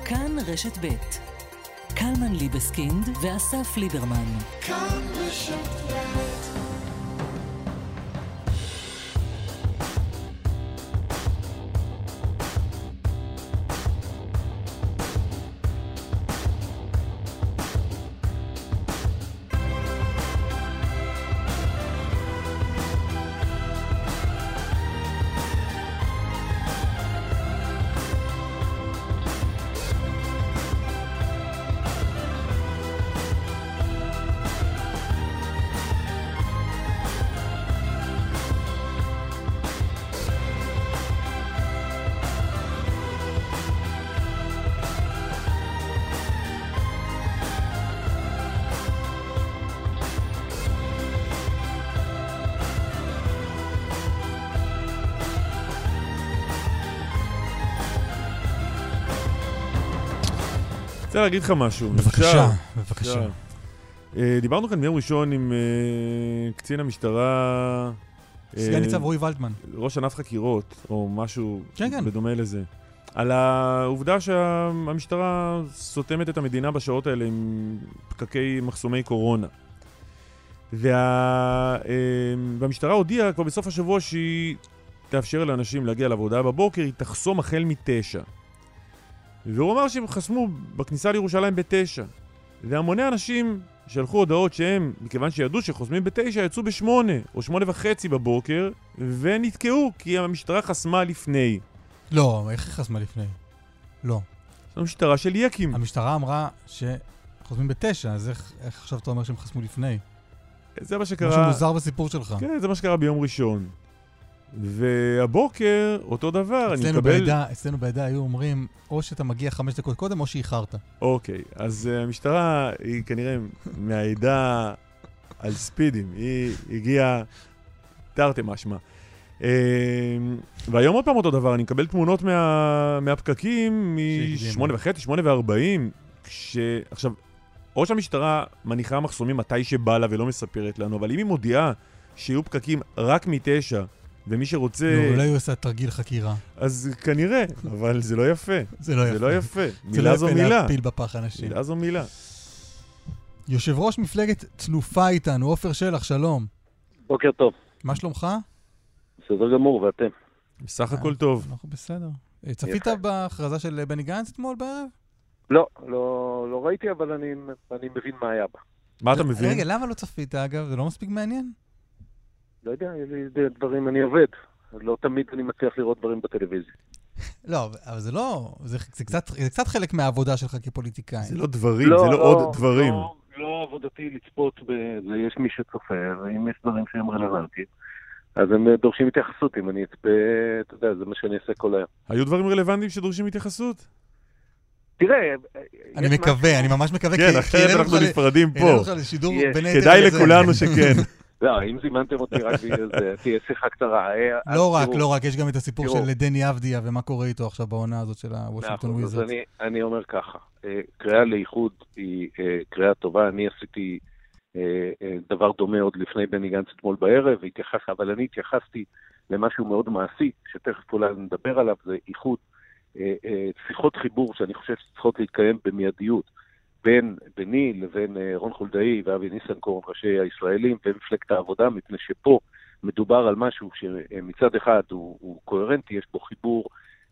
כאן רשת ב' קלמן ליבסקינד ואסף ליברמן. כאן רשת ב'. רוצה להגיד לך משהו. בבקשה. דיברנו כאן ביום ראשון עם קצין המשטרה... סגן ניצב רועי ולדמן. ראש ענף חקירות, או משהו בדומה לזה. על העובדה שהמשטרה סותמת את המדינה בשעות האלה עם פקקי מחסומי קורונה. והמשטרה הודיעה כבר בסוף השבוע שהיא תאפשר לאנשים להגיע לעבודה בבוקר, היא תחסום החל מ-9. והוא אמר שהם חסמו בכניסה לירושלים ב-9. והמוני אנשים שלחו הודעות שהם, מכיוון שידעו שחוסמים ב-9, יצאו ב-8 או 8:30 בבוקר, ונתקעו כי המשטרה חסמה לפני. לא, איך היא חסמה לפני? לא. זו המשטרה של יקים. המשטרה אמרה שחוסמים ב-9, אז איך עכשיו אתה אומר שהם חסמו לפני? זה מה שקרה... משהו מוזר בסיפור שלך. כן, זה מה שקרה ביום ראשון. והבוקר, אותו דבר, אני מקבל... אצלנו בעדה היו אומרים, או שאתה מגיע 5 דקות קודם, או שאיחרת. אוקיי, אז המשטרה היא כנראה מהעדה על ספידים. היא הגיעה תרתי משמע. והיום עוד פעם אותו דבר, אני מקבל תמונות מהפקקים מ-8:30, 8:40, עכשיו, או שהמשטרה מניחה מחסומים מתי שבא לה ולא מספרת לנו, אבל אם היא מודיעה שיהיו פקקים רק מ-9, ומי שרוצה... אולי הוא עושה תרגיל חקירה. אז כנראה, אבל זה לא יפה. זה לא יפה. מילה זו מילה. זה לא יפה להפיל בפח אנשים. מילה זו מילה. יושב ראש מפלגת תנופה איתנו, עופר שלח, שלום. בוקר טוב. מה שלומך? בסדר גמור, ואתם? בסך הכל טוב. אנחנו בסדר. צפית בהכרזה של בני גנץ אתמול בערב? לא ראיתי, אבל אני מבין מה היה בה. מה אתה מבין? רגע, למה לא צפית, אגב? זה לא מספיק מעניין? לא יודע, דברים אני עובד. לא תמיד אני מצליח לראות דברים בטלוויזיה. לא, אבל זה לא... זה קצת חלק מהעבודה שלך כפוליטיקאי. זה לא דברים, זה לא עוד דברים. לא עבודתי לצפות בזה, יש מי שצופה, ואם יש דברים שהם רלוונטיים, אז הם דורשים התייחסות. אם אני אצפה, אתה יודע, זה מה שאני אעשה כל היום. היו דברים רלוונטיים שדורשים התייחסות? תראה... אני מקווה, אני ממש מקווה. כן, אחרת אנחנו נפרדים פה. כדאי לכולנו שכן. לא, אם זימנתם אותי רק בזה, תהיה שיחה קצרה. לא רק, יש גם את הסיפור של דני אבדיה, ומה קורה איתו עכשיו בעונה הזאת של הוושינגטון וויזרדס. אני אומר ככה, קריאה לאיחוד היא קריאה טובה, אני עשיתי דבר דומה עוד לפני בני גנץ אתמול בערב, אבל אני התייחסתי למשהו מאוד מעשי, שתכף אולי נדבר עליו, זה איחוד, שיחות חיבור שאני חושב שצריכות להתקיים במיידיות, ביני לבין רון חולדאי ואבי ניסנקורן, ראשי הישראלים ומפלגת העבודה, מפני שפה מדובר על משהו שמצד אחד הוא קוהרנטי, יש בו חיבור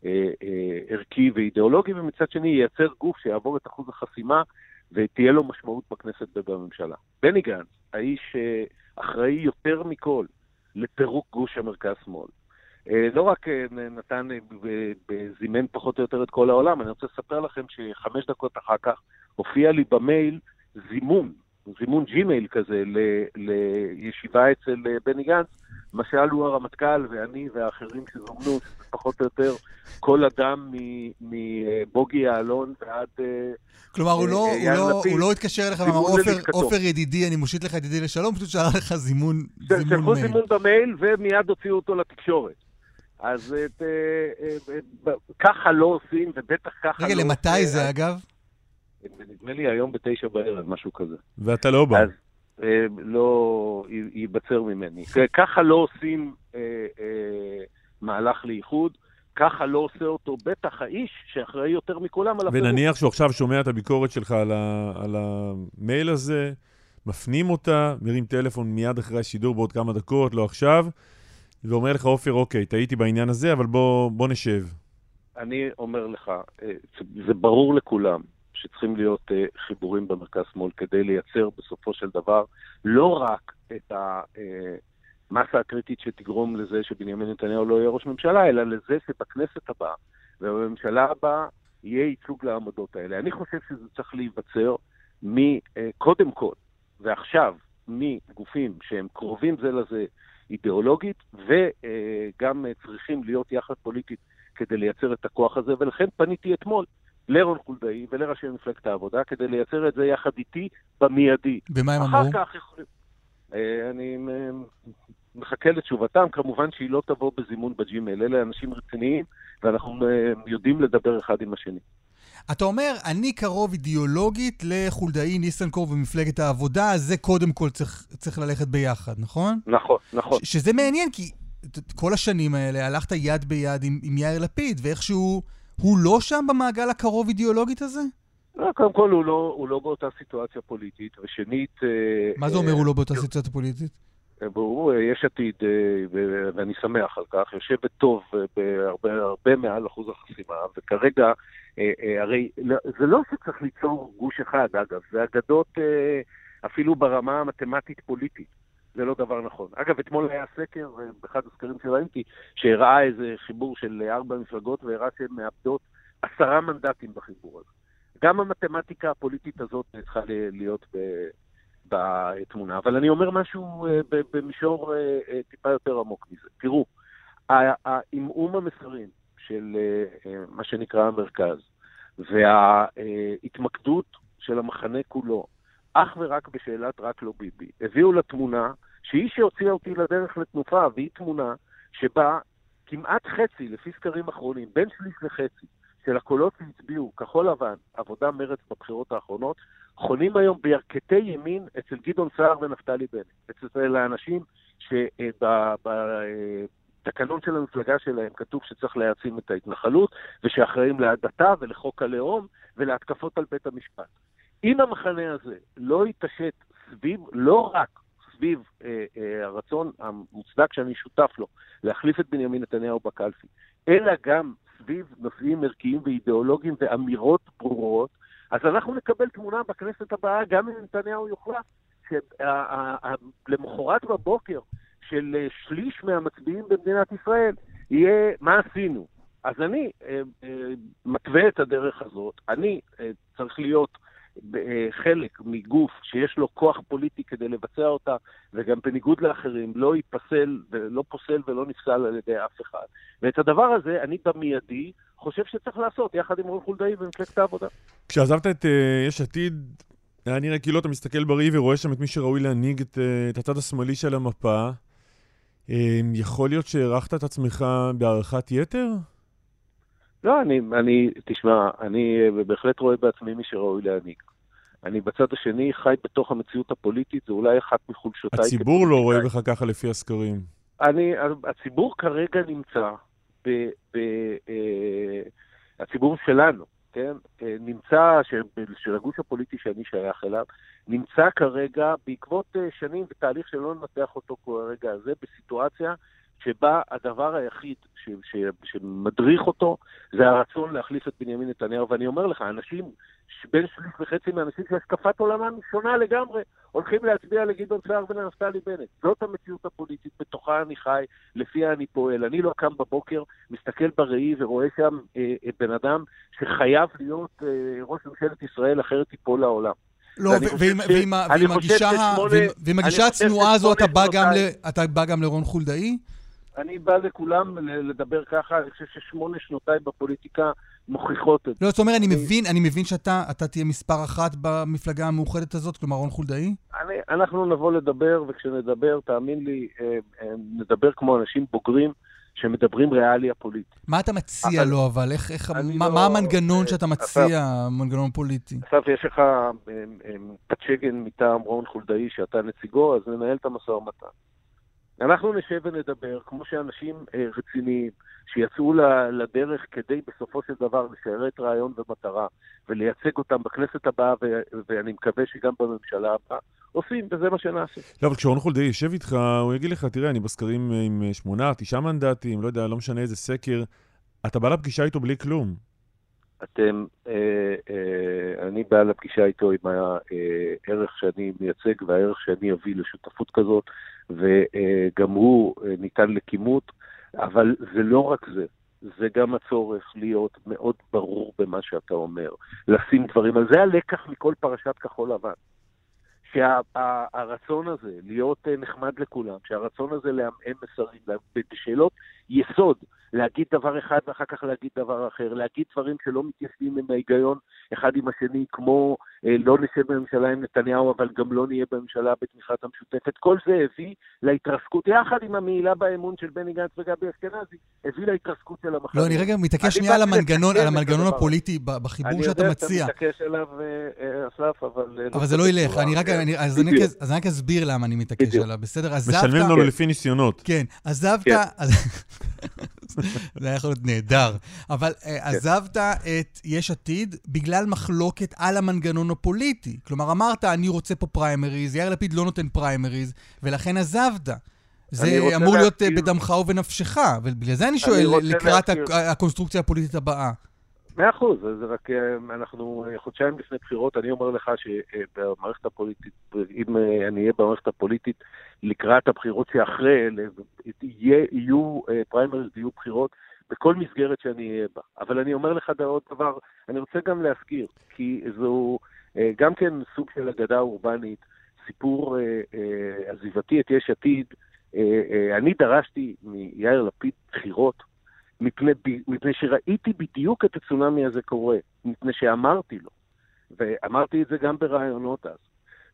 ערכי ואידיאולוגי, ומצד שני ייצר גוף שיעבור את אחוז החסימה ותהיה לו משמעות בכנסת ובממשלה. בני גנץ, האיש אחראי יותר מכל לפירוק גוש המרכז-שמאל. לא רק נתן זימן פחות או יותר את כל העולם, אני רוצה לספר לכם ש5 דקות אחר כך הופיע לי במייל זימון ג'ימייל כזה לישיבה אצל בני גנץ, מה שאלו הרמטכ"ל ואני והאחרים שזומנו, שזה פחות או יותר כל אדם מבוגי יעלון ועד... כלומר, הוא לא התקשר אליך ואמר, עופר ידידי, אני מושיט לך ידידי לשלום, פשוט שאלה לך זימון מייל. שלחו זימון במייל ומיד הוציאו אותו לתקשורת. אז ככה לא עושים, ובטח ככה לא... רגע, למתי זה אגב? נדמה לי היום ב9 בערב, משהו כזה. ואתה לא בא. אז לא ייבצר ממני. ככה לא עושים מהלך לאיחוד, ככה לא עושה אותו בטח האיש שאחראי יותר מכולם על הפירוק. ונניח שהוא עכשיו שומע את הביקורת שלך על המייל הזה, מפנים אותה, מרים טלפון מיד אחרי השידור בעוד כמה דקות, לא עכשיו, ואומר לך, עופר, אוקיי, טעיתי בעניין הזה, אבל בוא נשב. אני אומר לך, זה ברור לכולם שצריכים להיות חיבורים במרכז שמאל כדי לייצר בסופו של דבר לא רק את המסה הקריטית שתגרום לזה שבנימין נתניהו לא יהיה ראש ממשלה, אלא לזה שבכנסת הבאה ובממשלה הבאה יהיה ייצוג לעמדות האלה. אני חושב שזה צריך להיווצר קודם כל ועכשיו מגופים שהם קרובים זה לזה אידיאולוגית וגם צריכים להיות יחד פוליטית כדי לייצר את הכוח הזה, ולכן פניתי אתמול לרון חולדאי ולראשי מפלגת העבודה כדי לייצר את זה יחד איתי במיידי. ומה הם אמרו? אחר כך אני מחכה לתשובתם, כמובן שהיא לא תבוא בזימון בג'ימייל, אלה אנשים רציניים ואנחנו יודעים לדבר אחד עם השני. אתה אומר, אני קרוב אידיאולוגית לחולדאי, ניסנקורן ומפלגת העבודה, אז זה קודם כל צריך ללכת ביחד, נכון? נכון, נכון. שזה מעניין, כי כל השנים האלה הלכת יד ביד עם יאיר לפיד, ואיכשהו הוא לא שם במעגל הקרוב אידיאולוגית הזה? קודם כל הוא לא באותה סיטואציה פוליטית, ושנית... מה זה אומר הוא לא באותה סיטואציה פוליטית? יש עתיד, ואני שמח על כך, יושבת טוב הרבה מעל אחוז החסימה, וכרגע, הרי זה לא שצריך ליצור גוש אחד, אגב, זה אגדות אפילו ברמה המתמטית פוליטית, זה לא דבר נכון. אגב, אתמול היה סקר, באחד הסקרים שראיתי, שהראה איזה חיבור של 4 מפלגות, והראה שהן מאבדות 10 מנדטים בחיבור הזה. גם המתמטיקה הפוליטית הזאת צריכה להיות בתמונה, אבל אני אומר משהו במישור טיפה יותר עמוק מזה. תראו, האמאום המסרים של מה שנקרא המרכז, וההתמקדות של המחנה כולו, אך ורק בשאלת רק לא ביבי, הביאו לתמונה שהיא שהוציאה אותי לדרך לתנופה, והיא תמונה שבה כמעט חצי, לפי סקרים אחרונים, בין שליש לחצי, של הקולות שהצביעו כחול לבן, עבודה מרץ בבחירות האחרונות, חונים היום בירכתי ימין אצל גדעון סער ונפתלי בנט. אצל האנשים שבתקנון של המפלגה שלהם כתוב שצריך להעצים את ההתנחלות, ושאחראים להדתה ולחוק הלאום ולהתקפות על בית המשפט. אם המחנה הזה לא יתעשת סביב, לא רק סביב הרצון המוצדק שאני שותף לו, להחליף את בנימין נתניהו בקלפי, אלא גם סביב נושאים ערכיים ואידיאולוגיים ואמירות ברורות, אז אנחנו נקבל תמונה בכנסת הבאה, גם אם נתניהו יוחלף, שלמחרת בבוקר של שליש מהמצביעים במדינת ישראל, יהיה מה עשינו. אז אני מתווה את הדרך הזאת, אני צריך להיות חלק מגוף שיש לו כוח פוליטי כדי לבצע אותה, וגם בניגוד לאחרים לא ייפסל ולא פוסל ולא נפסל על ידי אף אחד. ואת הדבר הזה אני במיידי חושב שצריך לעשות יחד עם רון חולדאי ומפלגת העבודה. כשעזבת את יש עתיד, היה נראה כאילו אתה מסתכל בראי ורואה שם את מי שראוי להנהיג את הצד השמאלי של המפה. יכול להיות שהערכת את עצמך בהערכת יתר? לא, תשמע, אני בהחלט רואה בעצמי מי שראוי להנהיג. אני בצד השני חי בתוך המציאות הפוליטית, זה אולי אחת מחולשותיי. הציבור לא רואה בך ככה לפי הסקרים. הציבור כרגע נמצא, הציבור שלנו, כן, נמצא, של הגוש הפוליטי שאני שייך אליו, נמצא כרגע בעקבות שנים בתהליך שלא ננתח אותו כרגע הזה, בסיטואציה שבה הדבר היחיד שמדריך אותו זה הרצון להחליף את בנימין נתניהו. ואני אומר לך, אנשים, בין שליש וחצי מהאנשים שהשקפת עולמם שונה לגמרי, הולכים להצביע לגדעון סער ולנפתלי בנט. זאת המציאות הפוליטית, בתוכה אני חי, לפיה אני פועל. אני לא קם בבוקר, מסתכל בראי ורואה שם בן אדם שחייב להיות ראש ממשלת ישראל, אחרת ייפול לעולם. לא, ועם הגישה הצנועה הזו אתה בא גם לרון חולדאי? אני בא לכולם לדבר ככה, אני חושב ש8 שנותיי בפוליטיקה מוכיחות את זה. לא, זאת אומרת, אני מבין שאתה תהיה מספר אחת במפלגה המאוחדת הזאת, כלומר רון חולדאי? אנחנו נבוא לדבר, וכשנדבר, תאמין לי, נדבר כמו אנשים בוגרים, שמדברים ריאליה פוליטית. מה אתה מציע לו, אבל? מה המנגנון שאתה מציע, מנגנון פוליטי? אסף, יש לך פצ'גן מטעם רון חולדאי שאתה נציגו, אז ננהל את המשא ומתן. אנחנו נשב ונדבר כמו שאנשים רציניים שיצאו לדרך כדי בסופו של דבר לשרת רעיון ומטרה, ולייצג אותם בכנסת הבאה, ואני מקווה שגם בממשלה הבאה, עושים, וזה מה שנעשה. לא, אבל כשרון חולדאי יושב איתך, הוא יגיד לך, תראה, אני בסקרים עם 8-9 מנדטים, לא יודע, לא משנה איזה סקר, אתה בא לפגישה איתו בלי כלום. אני בא לפגישה איתו עם הערך שאני מייצג, והערך שאני אביא לשותפות כזאת, וגם הוא ניתן לכימות, אבל זה לא רק זה. זה גם הצורך להיות מאוד ברור במה שאתה אומר, לשים דברים על זה. הלקח מכל פרשת כחול לבן. שהרצון הזה להיות נחמד לכולם, שהרצון הזה לעמעם מסרים, בשאלות יסוד, להגיד דבר אחד ואחר כך להגיד דבר אחר, להגיד דברים שלא מתיישבים עם ההיגיון אחד עם השני, כמו לא נשב בממשלה עם נתניהו, אבל גם לא נהיה בממשלה בתמיכת המשותפת. כל זה הביא להתרסקות, יחד עם המעילה באמון של בני גנץ וגבי אשכנזי, הביא להתרסקות של המחנה. לא, אני רגע מתעקש שנייה על המנגנון הפוליטי בחיבור שאתה מציע. אני יודע שאתה מתעקש עליו, אסף, אבל זה לא ילך. אז אני רק אסביר למה אני מתעקש עליו. בסדר, משלמים לנו לפי ניסיונות. כן, עזבת... זה היה יכול להיות נהדר. אבל עזבת את יש עתיד בגלל מחלוקת על המנגנון הפוליטי. כלומר, אמרת, אני רוצה פה פריימריז, יאיר לפיד לא נותן פריימריז, ולכן עזבת. זה אמור להיות בדמך ובנפשך, ובגלל זה אני שואל לקראת הקונסטרוקציה הפוליטית הבאה. 100%, זה רק, אנחנו חודשיים לפני בחירות, אני אומר לך שבמערכת הפוליטית, אם אני אהיה במערכת הפוליטית, לקראת הבחירות שאחרי, יהיו פריימריז, יהיו בחירות, בכל מסגרת שאני אהיה בה. אבל אני אומר לך עוד דבר, אני רוצה גם להזכיר, כי זו גם כן סוג של אגדה אורבנית, סיפור עזיבתי את יש עתיד, אני דרשתי מיאיר לפיד בחירות, מפני שראיתי בדיוק את הצונמי הזה קורה, מפני שאמרתי לו, ואמרתי את זה גם ברעיונות אז,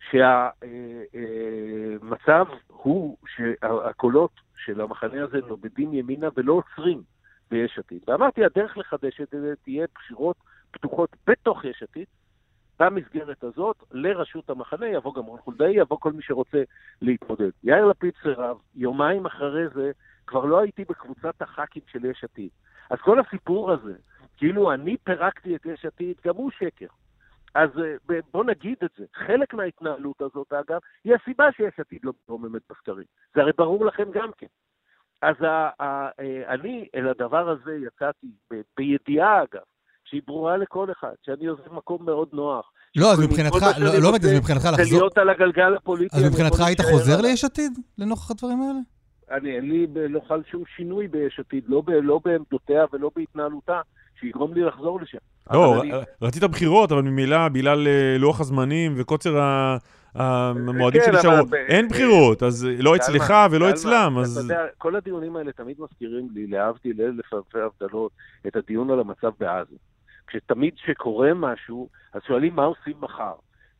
שהמצב הוא שהקולות של המחנה הזה נובדים ימינה ולא עוצרים ביש עתיד. ואמרתי, הדרך לחדש את זה תהיה בחירות פתוחות בתוך יש עתיד, במסגרת הזאת, לרשות המחנה, יבוא גם רון חולדאי, יבוא כל מי שרוצה להתמודד. יאיר לפיד סירב, יומיים אחרי זה, כבר לא הייתי בקבוצת הח"כים של יש עתיד. אז כל הסיפור הזה, כאילו אני פירקתי את יש עתיד, גם הוא שקר. אז בוא נגיד את זה. חלק מההתנהלות הזאת, אגב, היא הסיבה שיש עתיד לא מתרוממת בסקרים. זה הרי ברור לכם גם כן. אז אני אל הדבר הזה יצאתי בידיעה, אגב, שהיא ברורה לכל אחד, שאני עוזב מקום מאוד נוח. לא, אז מבחינתך, לא מבחינתך לחזור... זה להיות על הגלגל הפוליטי. אז מבחינתך היית חוזר ליש עתיד, לנוכח הדברים האלה? אין לי לא חל שום שינוי ביש עתיד, לא בעמדותיה ולא בהתנהלותה, שיגרום לי לחזור לשם. לא, רצית בחירות, אבל ממילא, בגלל לוח הזמנים וקוצר המועדים שנשארו, אין בחירות, אז לא אצלך ולא אצלם. אתה יודע, כל הדיונים האלה תמיד מזכירים לי, להבדיל אלף הבדלות, את הדיון על המצב בעזה. כשתמיד שקורה משהו, אז שואלים מה עושים מחר.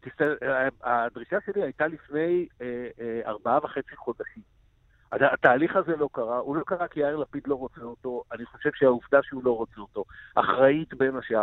הדרישה שלי הייתה לפני 4.5 חודשים. התהליך הזה לא קרה, הוא לא קרה כי יאיר לפיד לא רוצה אותו, אני חושב שהעובדה שהוא לא רוצה אותו, אחראית בין השאר,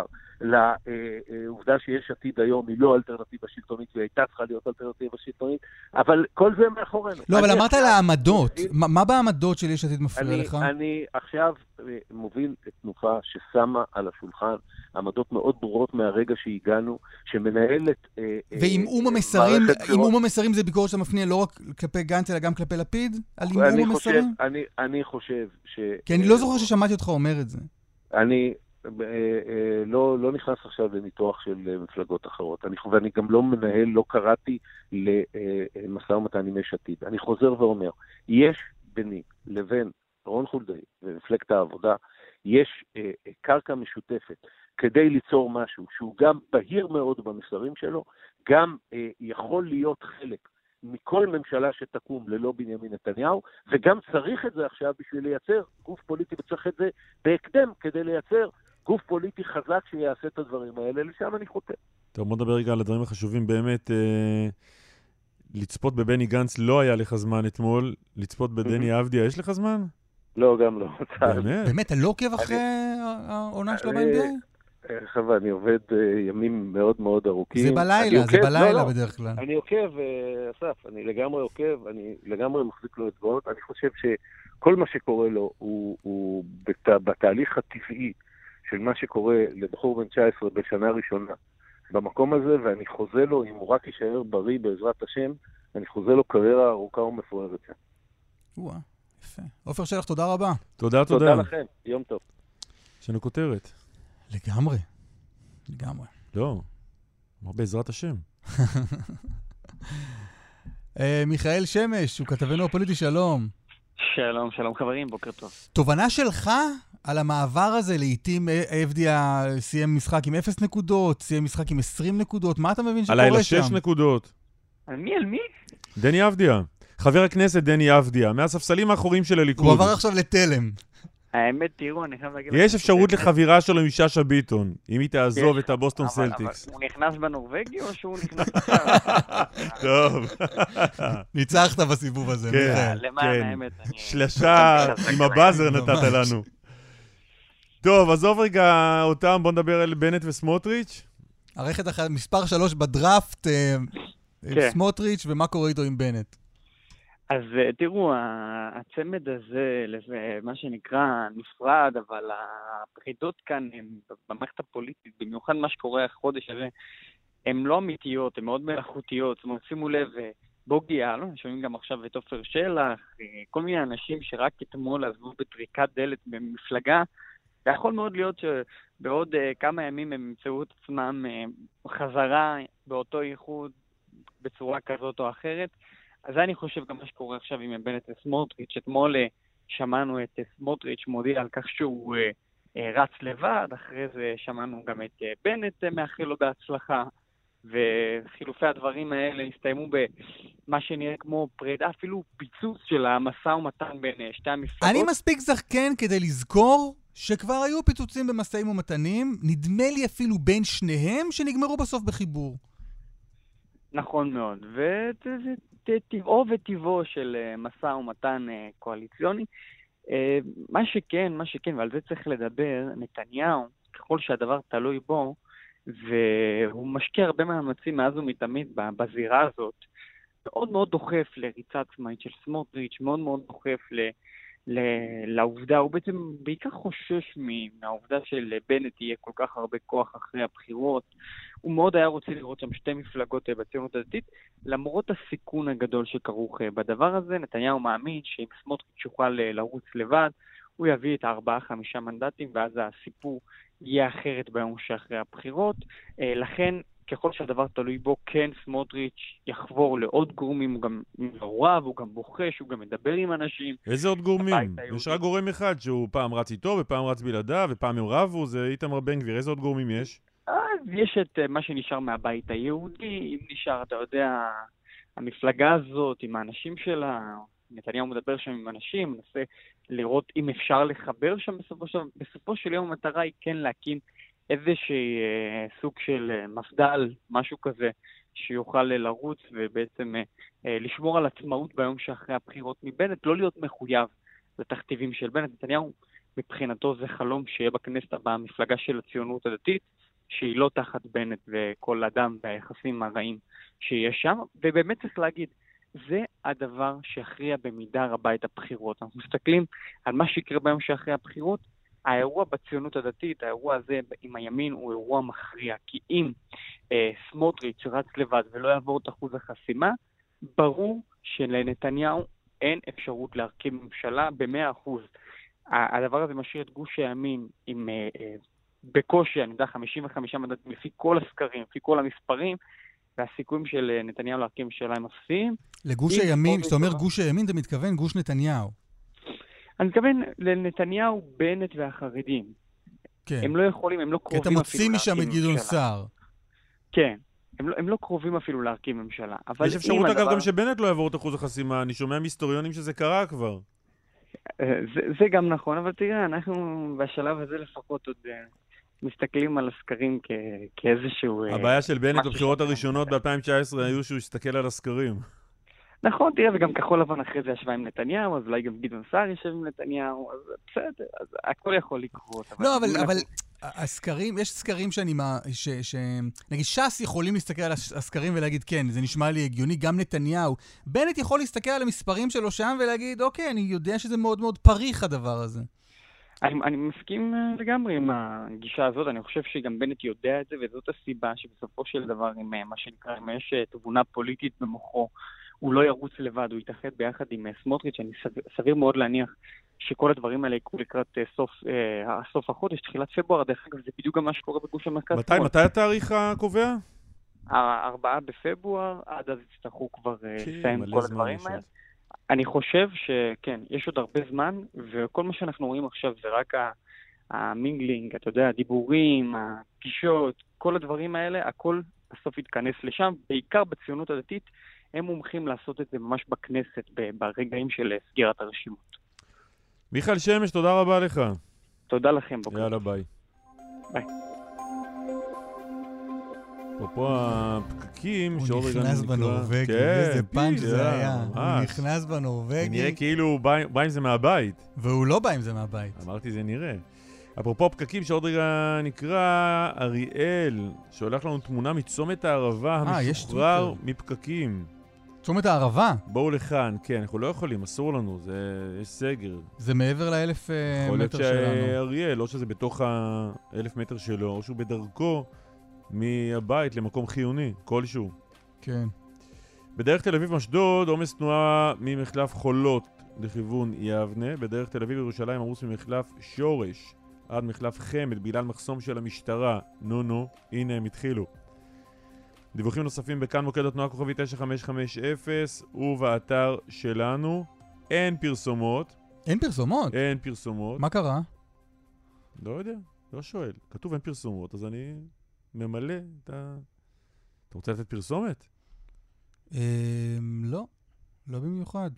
לעובדה שיש עתיד היום היא לא אלטרנטיבה שלטונית, והיא הייתה צריכה להיות אלטרנטיבה שלטונית, אבל כל זה מאחורינו. לא, אבל אמרת על העמדות, מה בעמדות של יש עתיד מפריע לך? אני עכשיו מוביל את תנופה ששמה על השולחן, עמדות מאוד ברורות מהרגע שהגענו, שמנהלת... ועם אום המסרים זה ביקורת שאתה מפניע לא רק כלפי גנץ, אלא גם כלפי לפיד? על עם המסרים? אני חושב ש... כי אני לא זוכר ששמעתי אותך אומר את זה. אני לא נכנס עכשיו לניתוח של מפלגות אחרות. ואני גם לא מנהל, לא קראתי למשא ומתן עם יש עתיד. אני חוזר ואומר, יש ביני לבין רון חולדאי ומפלגת העבודה, יש קרקע משותפת כדי ליצור משהו שהוא גם בהיר מאוד במסרים שלו, גם יכול להיות חלק מכל ממשלה שתקום ללא בנימין נתניהו, וגם צריך את זה עכשיו בשביל לייצר גוף פוליטי, וצריך את זה בהקדם כדי לייצר גוף פוליטי חזק שיעשה את הדברים האלה, לשם אני חותר. טוב, בוא נדבר רגע על הדברים החשובים באמת. לצפות בבני גנץ לא היה לך זמן אתמול, לצפות בדני אבדיה, יש לך זמן? לא, גם לא. באמת, אתה לא עוקב אחרי העונה שלו ב-NBA? חווה, אני עובד ימים מאוד מאוד ארוכים. זה בלילה בדרך כלל. אני עוקב, אסף, אני לגמרי עוקב, אני לגמרי מחזיק לו אצבעות. אני חושב כל מה שקורה לו הוא בתהליך הטבעי של מה שקורה לבחור בן 19 בשנה ראשונה במקום הזה, ואני חוזה לו, אם הוא רק יישאר בריא בעזרת השם, אני חוזה לו קריירה ארוכה ומפוארת. יפה. עופר שלח, תודה רבה. תודה. תודה לכם, יום טוב. יש לנו כותרת. לגמרי. לא, בעזרת השם. מיכאל שמש, הוא כתבנו הפוליטי, שלום. שלום חברים, בוקר טוב. תובנה שלך על המעבר הזה, לעתים אבדיה סיים משחק עם 0 נקודות, סיים משחק עם 20 נקודות, מה אתה מבין שקורה שם? עליי 6 נקודות. על מי? דני אבדיה. חבר הכנסת דני אבדיה, מהספסלים האחוריים של הליכוד. הוא עבר עכשיו לתלם. האמת, תראו, אני חייב להגיד... יש אפשרות לחבירה שלו עם שאשא ביטון, אם היא תעזוב את הבוסטון סלטיקס. אבל הוא נכנס בנורווגי או שהוא נכנס... טוב. ניצחת בסיבוב הזה, מיכאל. למען האמת. שלשה עם הבאזר נתת לנו. טוב, עזוב רגע אותם, בוא נדבר על בנט וסמוטריץ'. ערכת אחת, מספר 3 בדראפט, סמוטריץ', ומה קורה איתו עם בנט? אז תראו, הצמד הזה, מה שנקרא נפרד, אבל הפחידות כאן הן במערכת הפוליטית, במיוחד מה שקורה החודש הזה, הן לא אמיתיות, הן מאוד מלאכותיות. זאת אומרת, שימו לב, בוגי יעלון, שומעים גם עכשיו את עופר שלח, כל מיני אנשים שרק אתמול עזבו בטריקת דלת במפלגה, ויכול מאוד להיות שבעוד כמה ימים הם ימצאו את עצמם חזרה באותו ייחוד בצורה כזאת או אחרת. אז אני חושב גם מה שקורה עכשיו עם בנט וסמוטריץ'. אתמול שמענו את סמוטריץ' מודיע על כך שהוא רץ לבד, אחרי זה שמענו גם את בנט מאחל לו בהצלחה, וחילופי הדברים האלה הסתיימו במה שנראה כמו פרידה, אפילו פיצוץ של המשא ומתן בין שתי המפלגות. אני מספיק זכן כדי לזכור שכבר היו פיצוצים במשאים ומתנים, נדמה לי אפילו בין שניהם שנגמרו בסוף בחיבור. נכון מאוד, וטבעו וטבעו של משא ומתן קואליציוני. מה שכן, ועל זה צריך לדבר, נתניהו, ככל שהדבר תלוי בו, והוא משקיע הרבה מאמצים מאז ומתמיד בזירה הזאת, מאוד מאוד דוחף לריצה עצמאית של סמוטריץ', מאוד מאוד דוחף לעובדה, הוא בעצם בעיקר חושש מהעובדה של בנט יהיה כל כך הרבה כוח אחרי הבחירות. הוא מאוד היה רוצה לראות שם שתי מפלגות בציונות הדתית, למרות הסיכון הגדול שכרוך בדבר הזה. נתניהו מאמין שאם סמוטריץ' יוכל לרוץ לבד, הוא יביא את 4-5 מנדטים, ואז הסיפור יהיה אחרת ביום שאחרי הבחירות. לכן, ככל שהדבר תלוי בו, כן, סמוטריץ' יחבור לעוד גורמים, הוא גם מעורב, הוא גם בוחש, הוא גם מדבר עם אנשים. איזה עוד גורמים? יש רק גורם אחד שהוא פעם רץ איתו, ופעם רץ בלעדיו, ופעם הם רבו, זה איתמר בן גביר. איזה עוד גורמים יש? יש את מה שנשאר מהבית היהודי, אם נשאר, אתה יודע, המפלגה הזאת עם האנשים שלה, נתניהו מדבר שם עם אנשים, מנסה לראות אם אפשר לחבר שם בסופו של יום. המטרה היא כן להקים איזושהי סוג של מפדל, משהו כזה, שיוכל לרוץ ובעצם לשמור על עצמאות ביום שאחרי הבחירות מבנט, לא להיות מחויב לתכתיבים של בנט. נתניהו מבחינתו זה חלום שיהיה בכנסת הבאה מפלגה של הציונות הדתית, שהיא לא תחת בנט וכל אדם והיחסים הרעים שיש שם, ובאמת צריך להגיד, זה הדבר שיכריע במידה רבה את הבחירות. אנחנו מסתכלים על מה שיקרה ביום שאחרי הבחירות, האירוע בציונות הדתית, האירוע הזה עם הימין הוא אירוע מכריע, כי אם סמוטריץ' רץ לבד ולא יעבור את אחוז החסימה, ברור שלנתניהו אין אפשרות להרכיב ממשלה ב100%. הדבר הזה משאיר את גוש הימין עם בקושי, אני יודע, 55 מנדטים לפי כל הסקרים, לפי כל המספרים, והסיכויים של נתניהו להרכיב ממשלה הם אפסיים. לגוש הימין, כשאתה אומר גוש הימין, אתה מתכוון גוש נתניהו. אני מתכוון לנתניהו, בנט והחרדים. כן. הם לא יכולים, הם לא קרובים אפילו להרכיב ממשלה. כי אתה מוציא משם את גדעון סער. כן. הם לא קרובים אפילו להרכיב ממשלה. יש אפשרות אגב גם שבנט לא יעבור את אחוז החסימה, אני שומע מהיסטוריונים שזה קרה כבר. זה גם נכון, אבל תראה, אנחנו בשלב הזה לפחות עוד מסתכלים על הסקרים כאיזשהו... הבעיה של בנט בבחירות הראשונות ב-2019 היו שהוא הסתכל על הסקרים. נכון, תראה, וגם כחול לבן אחרי זה ישבה עם נתניהו, אז אולי גם גדעון סער ישב עם נתניהו, אז בסדר, אז הכל יכול לקרות. לא, אבל הסקרים, יש סקרים נגיד ש"ס יכולים להסתכל על הסקרים ולהגיד, כן, זה נשמע לי הגיוני, גם נתניהו. בנט יכול להסתכל על המספרים שלו שם ולהגיד, אוקיי, אני יודע שזה מאוד מאוד פריך הדבר הזה. אני מסכים לגמרי עם הגישה הזאת, אני חושב שגם בנט יודע את זה, וזאת הסיבה שבסופו של דבר, עם מה שנקרא, אם יש תבונה פוליטית במוחו, הוא לא ירוץ לבד, הוא יתאחד ביחד עם סמוטריץ'. אני סביר מאוד להניח שכל הדברים האלה יקרו לקראת סוף החודש, תחילת פברואר. דרך אגב, זה בדיוק גם מה שקורה בגוש המרכז. מתי התאריך הקובע? 4 בפברואר, עד אז יצטרכו כבר לסיים כל הדברים האלה. אני חושב שכן, יש עוד הרבה זמן, וכל מה שאנחנו רואים עכשיו זה רק המינגלינג, אתה יודע, הדיבורים, הפגישות, כל הדברים האלה, הכל בסוף יתכנס לשם, בעיקר בציונות הדתית, הם מומחים לעשות את זה ממש בכנסת, ברגעים של סגירת הרשימות. מיכאל שמש, תודה רבה לך. תודה לכם. בוקר. יאללה, ביי. ביי. פה הפקקים הוא נכנס בנורווגי, איזה פאנץ' זה היה. הוא נכנס בנורווגי. נראה כאילו הוא בא עם זה מהבית. והוא לא בא עם זה מהבית. אמרתי זה נראה. אפרופו פקקים, שעוד רגע נקרא אריאל, שהולך לנו תמונה מצומת הערבה המשוחרר מפקקים. צומת הערבה? בואו לכאן, כן, אנחנו לא יכולים, אסור לנו, יש סגר. זה מעבר ל1,000 מטר שלנו. יכול להיות שאריאל, או שזה בתוך ה1,000 מטר שלו, או שהוא בדרכו מהבית למקום חיוני, כלשהו. כן. בדרך תל אביב אשדוד, עומס תנועה ממחלף חולות לכיוון יבנה, בדרך תל אביב ירושלים עמוס ממחלף שורש עד מחלף חמד, בגלל מחסום של המשטרה. נו, הנה הם התחילו. דיווחים נוספים בכאן מוקד התנועה כוכבי 9550 ובאתר שלנו. אין פרסומות. אין פרסומות? אין פרסומות. מה קרה? לא יודע, לא שואל. כתוב אין פרסומות, אז אני ממלא את ה... אתה רוצה לתת פרסומת? לא. לא במיוחד.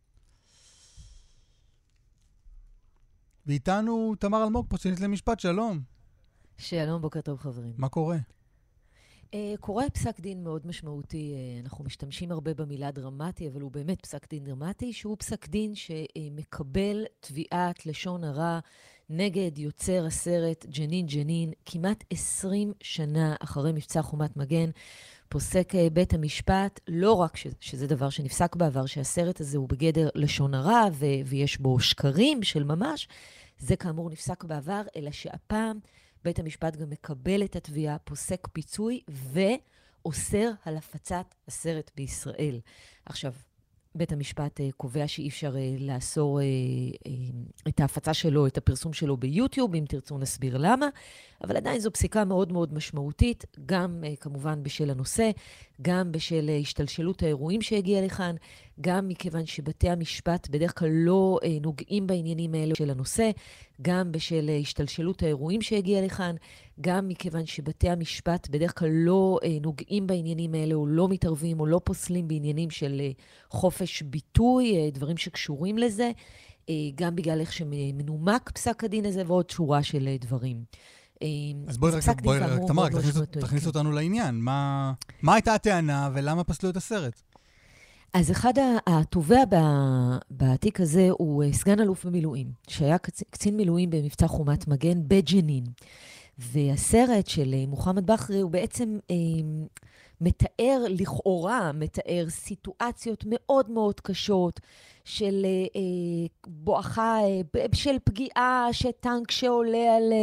ואיתנו תמר אלמוג, פרשנית למשפט, שלום. שלום, בוקר טוב חברים. מה קורה? קורה פסק דין מאוד משמעותי, אנחנו משתמשים הרבה במילה דרמטי, אבל הוא באמת פסק דין דרמטי, שהוא פסק דין שמקבל תביעת לשון הרע נגד יוצר הסרט ג'נין, כמעט 20 שנה אחרי מבצע חומת מגן, פוסק בית המשפט, לא רק שזה דבר שנפסק בעבר, שהסרט הזה הוא בגדר לשון הרע ויש בו שקרים של ממש, זה כאמור נפסק בעבר, אלא שהפעם בית המשפט גם מקבל את התביעה, פוסק פיצוי ואוסר על הפצת הסרט בישראל. עכשיו, בית המשפט קובע שאי אפשר לאסור את ההפצה שלו, את הפרסום שלו ביוטיוב, אם תרצו נסביר למה, אבל עדיין זו פסיקה מאוד מאוד משמעותית, גם כמובן בשל הנושא, גם בשל השתלשלות האירועים שהגיע לכאן, גם מכיוון שבתי המשפט בדרך כלל לא נוגעים בעניינים האלה של הנושא, גם בשל השתלשלות האירועים שהגיע לכאן, גם מכיוון שבתי המשפט בדרך כלל לא נוגעים בעניינים האלה, או לא מתערבים, או לא פוסלים בעניינים של חופש ביטוי, דברים שקשורים לזה, גם בגלל איך שמנומק פסק הדין הזה, ועוד שורה של דברים. אז בואי תמר, תכניס אותנו לעניין. מה הייתה הטענה ולמה פסלו את הסרט? אז אחד התובע בתיק הזה הוא סגן אלוף במילואים, שהיה קצין מילואים במבצע חומת מגן בג'נין. והסרט של מוחמד בחרי הוא בעצם מתאר סיטואציות מאוד מאוד קשות של בואכה, של פגיעה, שטנק שעולה על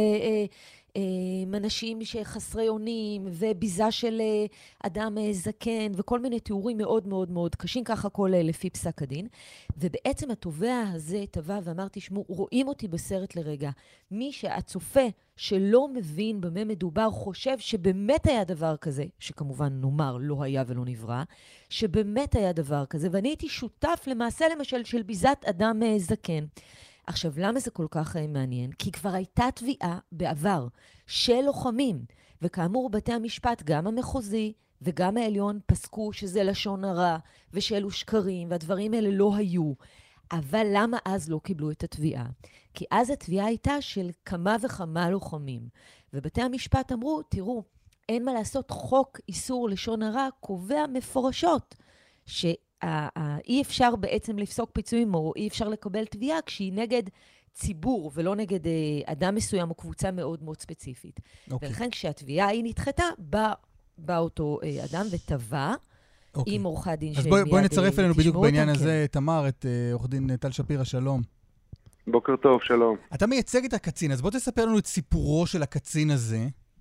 אנשים שחסרי אונים, וביזה של אדם זקן, וכל מיני תיאורים מאוד מאוד מאוד קשים, ככה הכל לפי פסק הדין. ובעצם התובע הזה טבע ואמר, תשמעו, רואים אותי בסרט לרגע. מי שהצופה שלא מבין במה מדובר, חושב שבאמת היה דבר כזה, שכמובן נאמר לא היה ולא נברא, שבאמת היה דבר כזה, ואני הייתי שותף למעשה למשל של ביזת אדם זקן. עכשיו, למה זה כל כך מעניין? כי כבר הייתה תביעה בעבר של לוחמים, וכאמור בתי המשפט, גם המחוזי וגם העליון, פסקו שזה לשון הרע ושאלו שקרים, והדברים האלה לא היו. אבל למה אז לא קיבלו את התביעה? כי אז התביעה הייתה של כמה וכמה לוחמים. ובתי המשפט אמרו, תראו, אין מה לעשות, חוק איסור לשון הרע קובע מפורשות אי אפשר בעצם לפסוק פיצויים או אי אפשר לקבל תביעה כשהיא נגד ציבור ולא נגד אדם מסוים או קבוצה מאוד מאוד ספציפית. ולכן כשהתביעה היא נדחתה, בא אותו אדם ותבע עם עורכי הדין שמיד תשמעו אותם. אז בואי נצרף אלינו בדיוק בעניין הזה, תמר, את עורך דין טל שפירא, שלום. בוקר טוב, שלום. אתה מייצג את הקצין, אז בוא תספר לנו את סיפורו של הקצין הזה.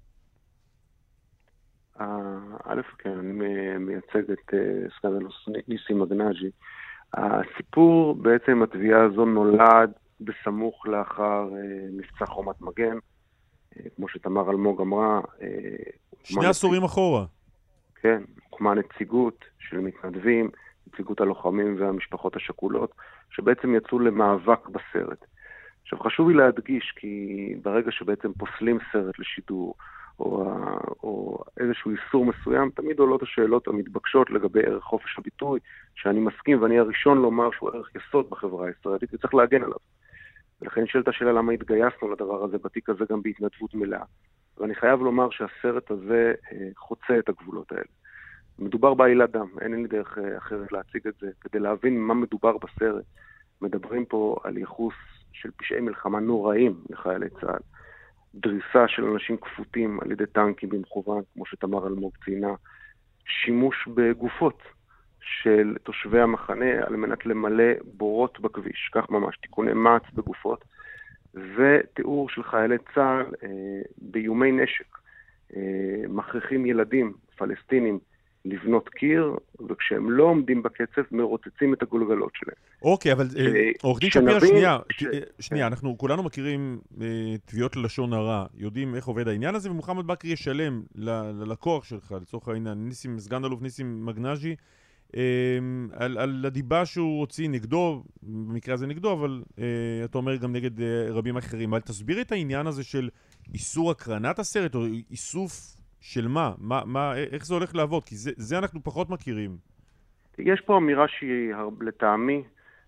א', כן, אני מייצג את סגן אלוף ניסים מגנג'י. הסיפור, בעצם התביעה הזו נולד בסמוך לאחר מבצע חומת מגן, כמו שתמר אלמוג אמרה. 2 עשורים אחורה. כן, הוקמה נציגות של מתנדבים, נציגות הלוחמים והמשפחות השכולות, שבעצם יצאו למאבק בסרט. עכשיו חשוב לי להדגיש, כי ברגע שבעצם פוסלים סרט לשידור, או איזשהו איסור מסוים, תמיד עולות השאלות המתבקשות לגבי ערך חופש הביטוי, שאני מסכים ואני הראשון לומר שהוא ערך יסוד בחברה הישראלית, וצריך להגן עליו. ולכן נשאלת השאלה למה התגייסנו לדבר הזה, בתיק הזה גם בהתנדבות מלאה. ואני חייב לומר שהסרט הזה חוצה את הגבולות האלה. מדובר בעלילת דם, אין לי דרך אחרת להציג את זה. כדי להבין מה מדובר בסרט, מדברים פה על ייחוס של פשעי מלחמה נוראים לחיילי צה"ל. דריסה של אנשים כפותים על ידי טנקים במכוון, כמו שתמר אלמוג ציינה, שימוש בגופות של תושבי המחנה על מנת למלא בורות בכביש, כך ממש, תיקוני מעץ בגופות, ותיאור של חיילי צה"ל באיומי נשק, מכריחים ילדים פלסטינים לבנות קיר, וכשהם לא עומדים בקצב, מרוצצים את הגולגלות שלהם. אוקיי, אבל עורך דין שפירא, שנייה, אנחנו כולנו מכירים תביעות ללשון הרע, יודעים איך עובד העניין הזה, ומוחמד בכרי ישלם ללקוח שלך, לצורך העניין, סגן אלוף ניסים מגנג'י, על הדיבה שהוא הוציא נגדו, במקרה הזה נגדו, אבל אתה אומר גם נגד רבים אחרים. אבל תסביר את העניין הזה של איסור הקרנת הסרט, או איסוף של מה? איך זה הולך לעבוד? כי זה אנחנו פחות מכירים. יש פה אמירה שהיא לטעמי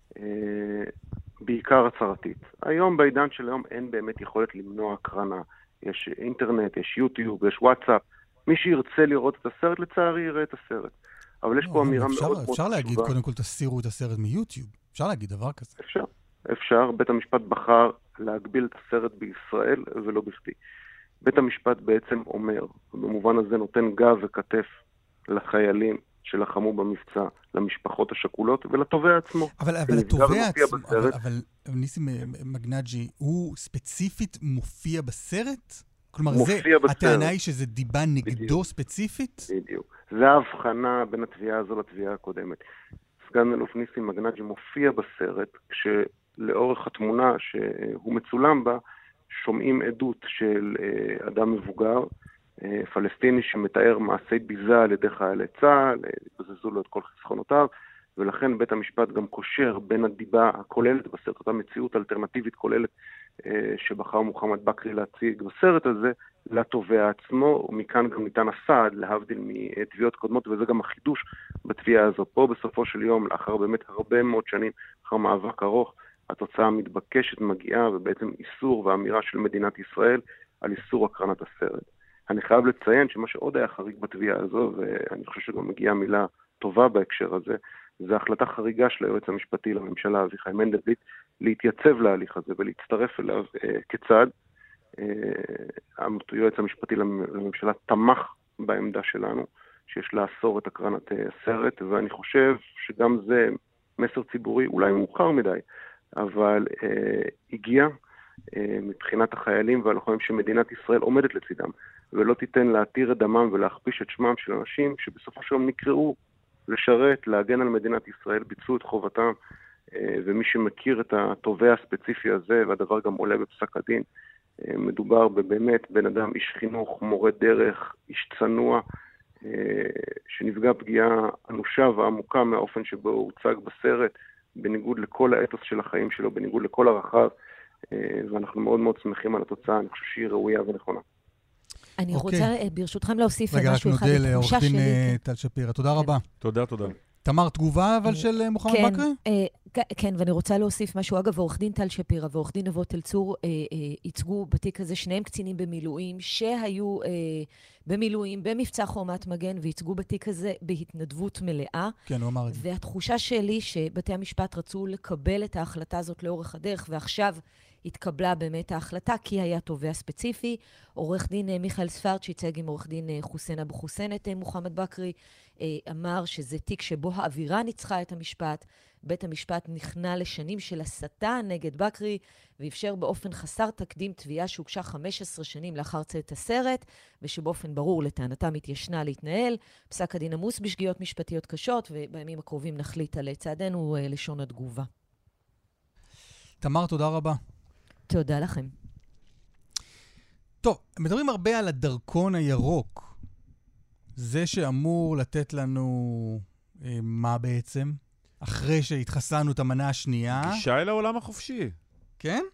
בעיקר הצהרתית. היום, בעידן של היום, אין באמת יכולת למנוע הקרנה. יש אינטרנט, יש יוטיוב, יש וואטסאפ. מי שירצה לראות את הסרט, לצערי יראה את הסרט. אבל יש פה אמירה מאוד חשובה. אפשר להגיד, קודם כל תסירו את הסרט מיוטיוב. אפשר להגיד דבר כזה. אפשר. בית המשפט בחר להגביל את הסרט בישראל ולא בכדי. בית המשפט בעצם אומר, במובן הזה נותן גב וכתף לחיילים שלחמו במבצע, למשפחות השכולות ולתובע עצמו. אבל התובע עצמו, אבל ניסים מגנג'י, הוא ספציפית מופיע בסרט? כלומר, הטענה היא שזה דיבה נגדו ספציפית? בדיוק. זה ההבחנה בין התביעה הזו לתביעה הקודמת. סגן אלוף ניסים מגנג'י מופיע בסרט, כשלאורך התמונה שהוא מצולם בה, שומעים עדות של אדם מבוגר, פלסטיני, שמתאר מעשי ביזה על ידי חיילי צה"ל, בזזו לו את כל חסכונותיו, ולכן בית המשפט גם קושר בין הדיבה הכוללת בסרט, אותה מציאות אלטרנטיבית כוללת שבחר מוחמד בכרי להציג בסרט הזה, לתובע עצמו, ומכאן גם ניתן הסעד להבדיל מתביעות קודמות, וזה גם החידוש בתביעה הזו. פה בסופו של יום, לאחר באמת הרבה מאוד שנים, אחר מאבק ארוך, התוצאה המתבקשת מגיעה, ובעצם איסור ואמירה של מדינת ישראל על איסור הקרנת הסרט. אני חייב לציין שמה שעוד היה חריג בתביעה הזו, ואני חושב שגם מגיעה מילה טובה בהקשר הזה, זה החלטה חריגה של היועץ המשפטי לממשלה, אביחי מנדלבליט, להתייצב להליך הזה ולהצטרף אליו כצד. היועץ המשפטי לממשלה תמך בעמדה שלנו, שיש לאסור את הקרנת הסרט, ואני חושב שגם זה מסר ציבורי, אולי מאוחר מדי, אבל הגיע מבחינת החיילים והלוחמים שמדינת ישראל עומדת לצידם, ולא תיתן להתיר את דמם ולהכפיש את שמם של אנשים שבסופו של יום נקראו לשרת, להגן על מדינת ישראל, ביצעו את חובתם, ומי שמכיר את התובע הספציפי הזה, והדבר גם עולה בפסק הדין, מדובר באמת בן אדם, איש חינוך, מורה דרך, איש צנוע, שנפגע פגיעה אנושה ועמוקה מהאופן שבו הוא הוצג בסרט, בניגוד לכל האתוס של החיים שלו, בניגוד לכל הרחב, ואנחנו מאוד מאוד שמחים על התוצאה, אני חושב שהיא ראויה ונכונה. אני רוצה ברשותכם להוסיף משהו אחד. רגע, רק נודה לעורך דין טל שפירא. תודה רבה. תודה. תמר, תגובה אבל של מוחמד בכרי? כן, ואני רוצה להוסיף משהו. אגב, עורך דין טל שפירא ועורך דין נבות אלצור ייצגו בתיק הזה שניהם קצינים במילואים שהיו במילואים במבצע חומת מגן וייצגו בתיק הזה בהתנדבות מלאה. כן, הוא אמר את זה. והתחושה שלי שבתי המשפט רצו לקבל את ההחלטה הזאת לאורך הדרך, ועכשיו התקבלה באמת ההחלטה, כי היה תובע ספציפי. עורך דין מיכאל ספרד, שייצג עם עורך דין חוסיין אבו חוסיין את מוחמד בכרי, אמר שזה תיק שבו האווירה ניצחה את המשפט. בית המשפט נכנע לשנים של הסתה נגד בכרי, ואפשר באופן חסר תקדים תביעה שהוגשה 15 שנים לאחר צאת הסרט, ושבאופן ברור לטענתם התיישנה להתנהל. פסק הדין עמוס בשגיאות משפטיות קשות, ובימים הקרובים נחליט על צעדנו לשון התגובה. תמר, תודה רבה. תודה לכם. טוב, מדברים הרבה על הדרכון הירוק. זה שאמור לתת לנו מה בעצם? אחרי שהתחסנו את המנה השנייה. גישה אל העולם החופשי. כן?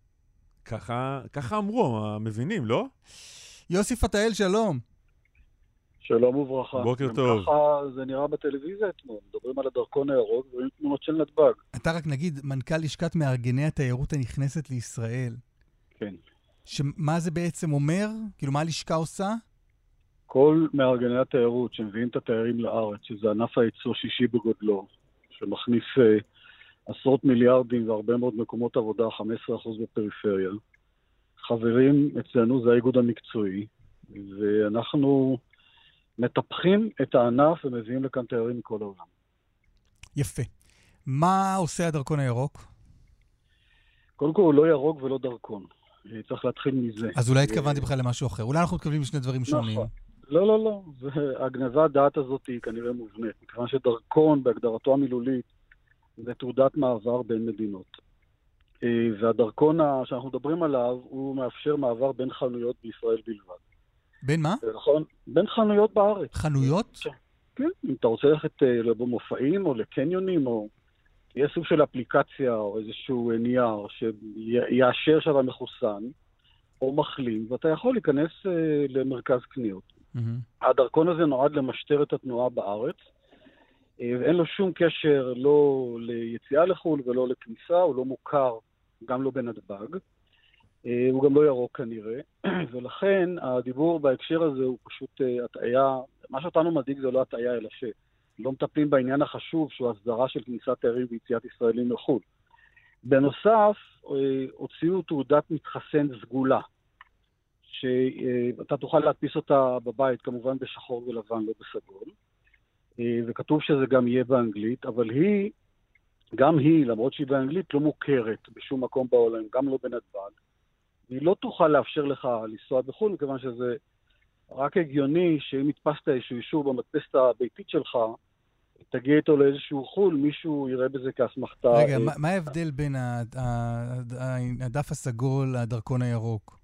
ככה אמרו, המבינים, לא? יוסי פתאל, שלום. שלום וברכה. בוקר טוב. ככה זה נראה בטלוויזיה אתמול. מדברים על הדרכון הירוק ורואים תמונות של נתב"ג. אתה רק נגיד, מנכ"ל לשכת מארגני התיירות הנכנסת לישראל. כן. מה זה בעצם אומר? כאילו, מה הלשכה עושה? כל מארגני התיירות שמביאים את התיירים לארץ, שזה ענף הייצוא שישי בגודלו, שמכניס עשרות מיליארדים והרבה מאוד מקומות עבודה, 15% בפריפריה. חברים אצלנו, זה האיגוד המקצועי, ואנחנו מטפחים את הענף ומביאים לכאן תיירים מכל העולם. יפה. מה עושה הדרכון הירוק? קודם כל, הוא לא ירוק ולא דרכון. צריך להתחיל מזה. אז אולי התכוונתי בכלל למשהו אחר. אולי אנחנו מתכוונים לשני דברים שונים. נכון. לא. הגנבת דעת הזאת היא כנראה מובנית. מכיוון שדרכון בהגדרתו המילולית זה תעודת מעבר בין מדינות. והדרכון שאנחנו מדברים עליו הוא מאפשר מעבר בין חנויות בישראל בלבד. בין מה? נכון? בין חנויות בארץ. חנויות? כן. אם אתה רוצה ללכת למופעים או לקניונים או יהיה סוג של אפליקציה או איזשהו נייר שיאשר שאתה מחוסן או מחלים, ואתה יכול להיכנס למרכז קניות. הדרכון הזה נועד למשטר את התנועה בארץ, ואין לו שום קשר לא ליציאה לחול ולא לכניסה, הוא לא מוכר, גם לא בנתב"ג, הוא גם לא ירוק כנראה, ולכן הדיבור בהקשר הזה הוא פשוט הטעיה, מה שאותנו מדאיג זה לא הטעיה אלא שלא מטפלים בעניין החשוב שהוא הסדרה של כניסת תיירים ויציאת ישראלים לחול. בנוסף, הוציאו תעודת מתחסן סגולה, שאתה תוכל להדפיס אותה בבית, כמובן בשחור ולבן, לא בסגול. וכתוב שזה גם יהיה באנגלית, אבל גם היא, למרות שהיא באנגלית, לא מוכרת בשום מקום בעולם, גם לא בנתב"ג. היא לא תוכל לאפשר לך לנסוע בחו"ל, מכיוון שזה רק הגיוני שאם הדפסת איזשהו אישור במדפסת הביתית שלך, תגיע איתו לאיזשהו חו"ל, מישהו יראה בזה כאסמכתה. רגע, מה ההבדל בין הדף הסגול לדרכון הירוק?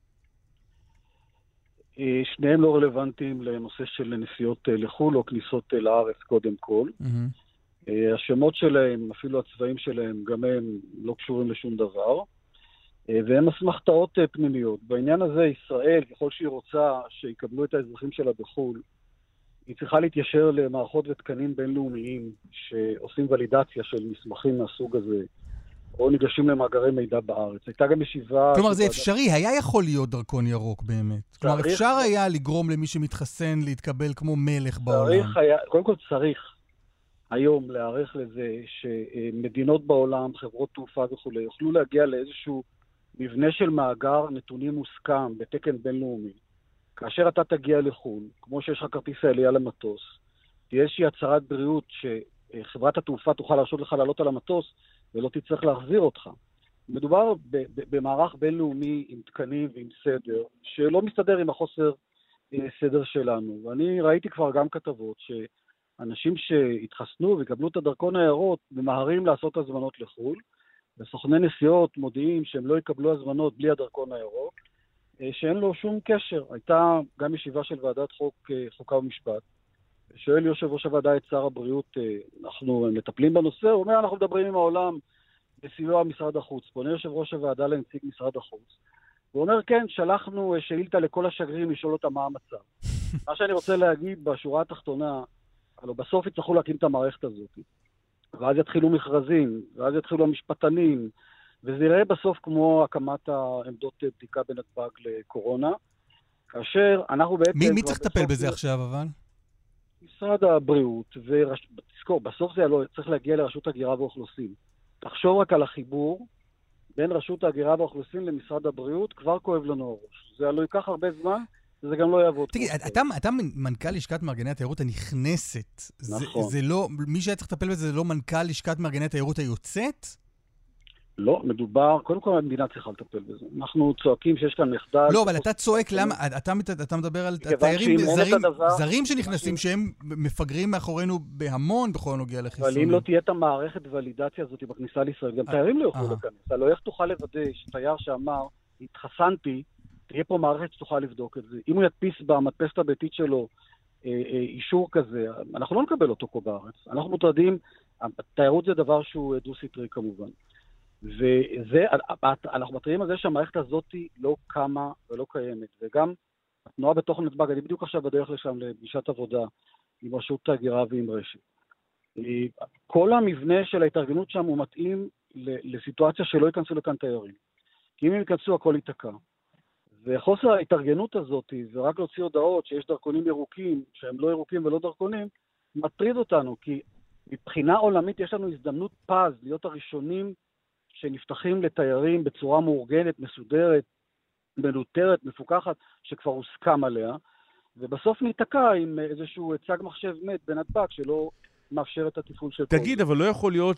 שניהם לא רלוונטיים לנושא של נסיעות לחו"ל או כניסות לארץ קודם כל. השמות שלהם, אפילו הצבעים שלהם, גם הם לא קשורים לשום דבר. והם אסמכתאות פנימיות. בעניין הזה ישראל, ככל שהיא רוצה שיקבלו את האזרחים שלה בחו"ל, היא צריכה להתיישר למערכות ותקנים בינלאומיים שעושים ולידציה של מסמכים מהסוג הזה, או ניגשים למאגרי מידע בארץ. הייתה גם ישיבה... כלומר, זה אפשרי, היה יכול להיות דרכון ירוק באמת. כלומר, אפשר היה לגרום למי שמתחסן להתקבל כמו מלך בעולם. קודם כל צריך היום להערך לזה שמדינות בעולם, חברות תעופה וכו', יוכלו להגיע לאיזשהו מבנה של מאגר נתונים מוסכם בתקן בינלאומי. כאשר אתה תגיע לחו"ל, כמו שיש לך כרטיס העלייה למטוס, תהיה איזושהי הצהרת בריאות שחברת התעופה תוכל להרשות לך לעלות על המטוס ולא תצטרך להחזיר אותך. מדובר במערך בינלאומי עם תקנים ועם סדר, שלא מסתדר עם החוסר סדר שלנו. ואני ראיתי כבר גם כתבות שאנשים שהתחסנו ויקבלו את הדרכון הירוק ממהרים לעשות הזמנות לחו"ל, וסוכני נסיעות מודיעים שהם לא יקבלו הזמנות בלי הדרכון הירוק, שאין לו שום קשר. הייתה גם ישיבה של ועדת חוקה ומשפט. שואל יושב ראש הוועדה את שר הבריאות, אנחנו מטפלים בנושא, הוא אומר, אנחנו מדברים עם העולם בסיוע משרד החוץ. פונה יושב ראש הוועדה לנציג משרד החוץ. הוא אומר, כן, שלחנו שאילתה לכל השגרירים לשאול אותם מה המצב. מה שאני רוצה להגיד בשורה התחתונה, הלוא בסוף יצטרכו להקים את המערכת הזאת. ואז יתחילו מכרזים, ואז יתחילו המשפטנים, וזה יראה בסוף כמו הקמת העמדות בדיקה בנתב"ג לקורונה, כאשר אנחנו בעצם... מי צריך לטפל בזה עכשיו אבל? משרד הבריאות, ותזכור, בסוף זה צריך להגיע לרשות הגירה ואוכלוסין. תחשוב רק על החיבור בין רשות ההגירה והאוכלוסין למשרד הבריאות, כבר כואב לנו הראש. זה לא ייקח הרבה זמן, וזה גם לא יעבוד. תגיד, אתה מנכ"ל לשכת מארגני התיירות הנכנסת. נכון. זה לא, מי שהיה צריך לטפל בזה זה לא מנכ"ל לשכת מארגני התיירות היוצאת? לא, מדובר, קודם כל המדינה צריכה לטפל בזה. אנחנו צועקים שיש כאן מחדל. לא, אבל אתה צועק למה, אתה מדבר על תיירים זרים שנכנסים שהם מפגרים מאחורינו בהמון בכל נוגע לחיסונים. אבל אם לא תהיה את המערכת ולידציה הזאת בכניסה לישראל, גם תיירים לא יוכלו להיכנס. הלוא איך תוכל לוודא שתייר שאמר, התחסנתי, תהיה פה מערכת שתוכל לבדוק את זה. אם הוא ידפיס במדפסת הביתית שלו אישור כזה, אנחנו לא נקבל אותו פה בארץ. אנחנו מוטרדים, תיירות זה דבר שהוא דו-סטרי כמובן. וזה, אנחנו מטריעים על זה שהמערכת הזאת לא קמה ולא קיימת. וגם התנועה בתוך נתב"ג, אני בדיוק עכשיו בדרך לשם לפגישת עבודה עם רשות ההגירה ועם רשת. כל המבנה של ההתארגנות שם הוא מתאים לסיטואציה שלא ייכנסו לכאן תיירים. כי אם הם ייכנסו הכל ייתקע. וחוסר ההתארגנות הזאת, ורק להוציא הודעות שיש דרכונים ירוקים, שהם לא ירוקים ולא דרכונים, מטריד אותנו, כי מבחינה עולמית יש לנו הזדמנות פז להיות הראשונים שנפתחים לתיירים בצורה מאורגנת, מסודרת, מנוטרת, מפוקחת, שכבר הוסכם עליה, ובסוף ניתקע עם איזשהו צג מחשב מת בנתב"ג שלא מאפשר את התפעול של כל. תגיד, אבל לא יכול להיות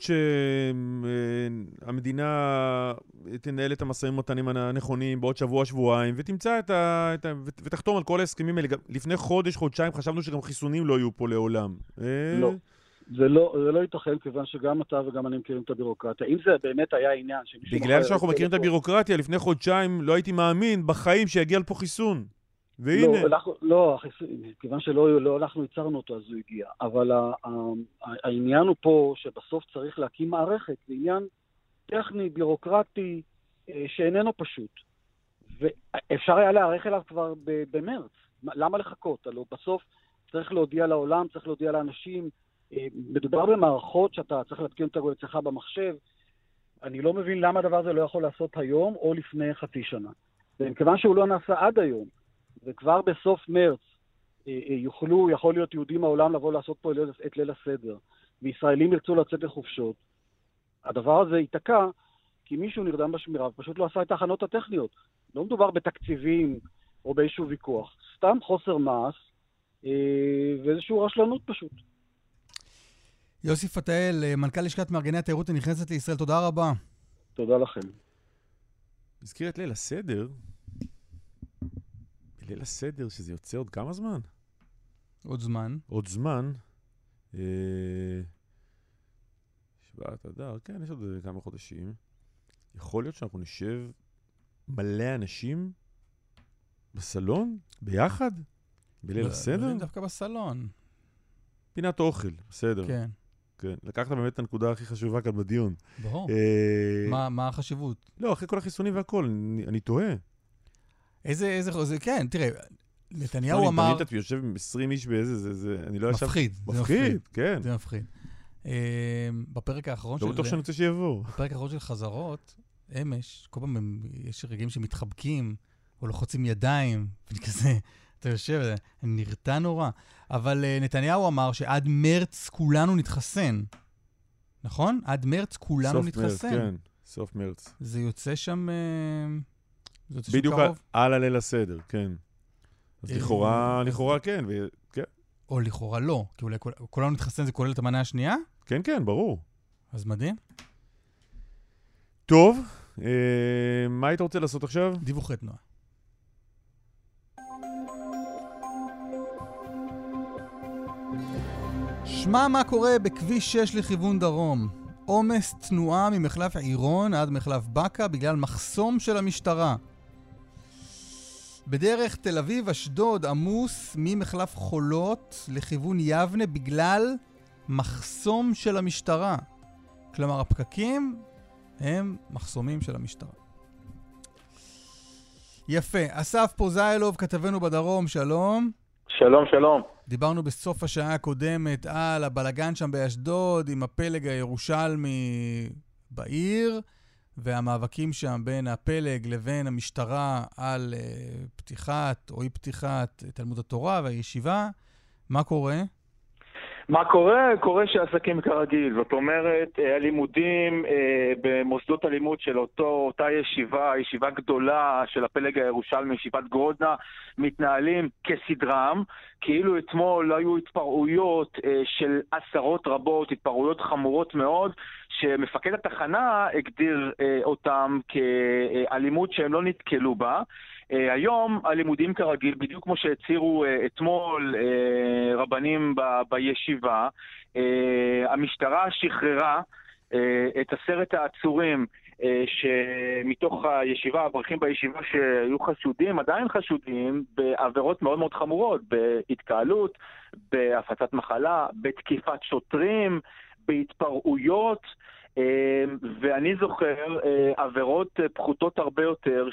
שהמדינה תנהל את המשאים ומתנים הנכונים בעוד שבוע-שבועיים, ותמצא ותחתום על כל ההסכמים האלה. לפני חודש-חודשיים חשבנו שגם חיסונים לא יהיו פה לעולם. לא. זה לא ייתכן, כיוון שגם אתה וגם אני מכירים את הבירוקרטיה. אם זה באמת היה עניין בגלל שאנחנו מכירים את הבירוקרטיה, לפני חודשיים לא הייתי מאמין בחיים שיגיע לפה חיסון. והנה. לא, כיוון שלא אנחנו ייצרנו אותו, אז הוא הגיע. אבל העניין הוא פה שבסוף צריך להקים מערכת, זה עניין טכני, בירוקרטי, שאיננו פשוט. ואפשר היה להערך אליו כבר במרץ. למה לחכות? הלוא בסוף צריך להודיע לעולם, צריך להודיע לאנשים, מדובר במערכות שאתה צריך להתקין אותה אצלך במחשב. אני לא מבין למה הדבר הזה לא יכול לעשות היום או לפני חצי שנה. וכיוון שהוא לא נעשה עד היום, וכבר בסוף מרץ יכול להיות יהודים מהעולם לבוא לעשות פה את ליל הסדר, וישראלים ירצו לצאת לחופשות, הדבר הזה ייתקע כי מישהו נרדם בשמירה ופשוט לא עשה את ההכנות הטכניות. לא מדובר בתקציבים או באיזשהו ויכוח, סתם חוסר מעש ואיזשהו רשלנות פשוט. יוסי פתאל, מנכ"ל לשכת מארגני התיירות הנכנסת לישראל, תודה רבה. תודה לכם. הזכיר את ליל הסדר. ליל הסדר, שזה יוצא עוד כמה זמן? עוד זמן. עוד זמן. שבעת אדר, כן, יש עוד כמה חודשים. יכול להיות שאנחנו נשב מלא אנשים בסלון, ביחד? בליל הסדר? לא דווקא בסלון. פינת אוכל, בסדר. כן. כן, לקחת באמת את הנקודה הכי חשובה כאן בדיון. ברור. מה החשיבות? לא, אחרי כל החיסונים והכל, אני טועה. כן, תראה, נתניהו אמר... אני תמיד יושב עם 20 איש באיזה, אני לא ישב... מפחיד. מפחיד, כן. זה מפחיד. בפרק האחרון של... לא בטוח שאני רוצה שיבואו. בפרק האחרון של חזרות, אמש, כל פעם יש רגעים שמתחבקים, או לוחצים ידיים, וכזה, אתה יושב, נרתע נורא. אבל נתניהו אמר שעד מרץ כולנו נתחסן. נכון? עד מרץ כולנו נתחסן. סוף מרץ, כן. סוף מרץ. זה יוצא שם... בדיוק על הליל הסדר, כן. אז לכאורה כן, כן. או לכאורה לא, כי אולי כולנו נתחסן זה כולל את המנה השנייה? כן, כן, ברור. אז מדהים. טוב, מה היית רוצה לעשות עכשיו? דיווחי תנועה. שמע מה קורה בכביש 6 לכיוון דרום. עומס תנועה ממחלף עירון עד מחלף בקה בגלל מחסום של המשטרה. בדרך תל אביב אשדוד עמוס ממחלף חולות לכיוון יבנה בגלל מחסום של המשטרה. כלומר הפקקים הם מחסומים של המשטרה. יפה. אסף פוזיילוב, כתבנו בדרום, שלום. שלום, שלום. דיברנו בסוף השעה הקודמת על הבלגן שם באשדוד עם הפלג הירושלמי בעיר, והמאבקים שם בין הפלג לבין המשטרה על פתיחת או אי פתיחת תלמוד התורה והישיבה. מה קורה? מה קורה? קורה שעסקים כרגיל. זאת אומרת, הלימודים במוסדות הלימוד של אותה ישיבה גדולה של הפלג הירושלמי, ישיבת גרודנה, מתנהלים כסדרם, כאילו אתמול היו התפרעויות של עשרות רבות, התפרעויות חמורות מאוד, שמפקד התחנה הגדיר אותם כאלימות שהם לא נתקלו בה. היום הלימודים כרגיל, בדיוק כמו שהצירו אתמול רבנים בישיבה, המשטרה שחררה את 10 העצורים שמתוך הישיבה, האברכים בישיבה שהיו חשודים, עדיין חשודים בעבירות מאוד מאוד חמורות, בהתקהלות, בהפצת מחלה, בתקיפת שוטרים, בהתפרעויות, ואני זוכר עבירות פחותות הרבה יותר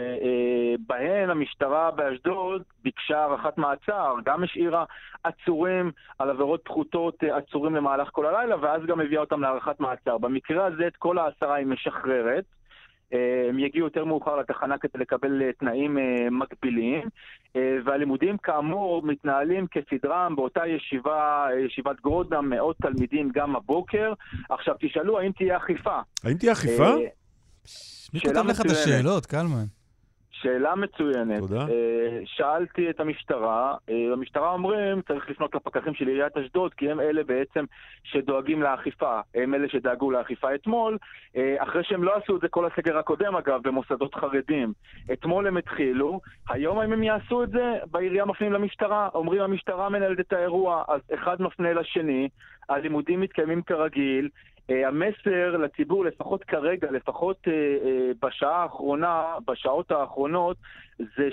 שבהן המשטרה באשדוד ביקשה הארכת מעצר, גם השאירה עצורים על עבירות פחותות, עצורים למהלך כל הלילה, ואז גם הביאה אותם להארכת מעצר. במקרה הזה את כל 10 היא משחררת, הם יגיעו יותר מאוחר לתחנה כדי לקבל תנאים מקבילים, והלימודים כאמור מתנהלים כסדרם באותה ישיבת גרודנה, מאות תלמידים גם הבוקר. עכשיו תשאלו, האם תהיה אכיפה? האם תהיה אכיפה? מי כותב לך את השאלות, קלמן? שאלה מצוינת. תודה. שאלתי את המשטרה, המשטרה אומרים צריך לפנות לפקחים של עיריית אשדוד, כי הם אלה בעצם שדואגים לאכיפה, הם אלה שדאגו לאכיפה אתמול, אחרי שהם לא עשו את זה כל הסגר הקודם אגב, במוסדות חרדים. אתמול הם התחילו, היום אם הם יעשו את זה, בעירייה מפנים למשטרה, אומרים המשטרה מנהלת את האירוע, אז אחד מפנה לשני, הלימודים מתקיימים כרגיל, המסר לציבור, לפחות כרגע, לפחות בשעה האחרונה, בשעות האחרונות, זה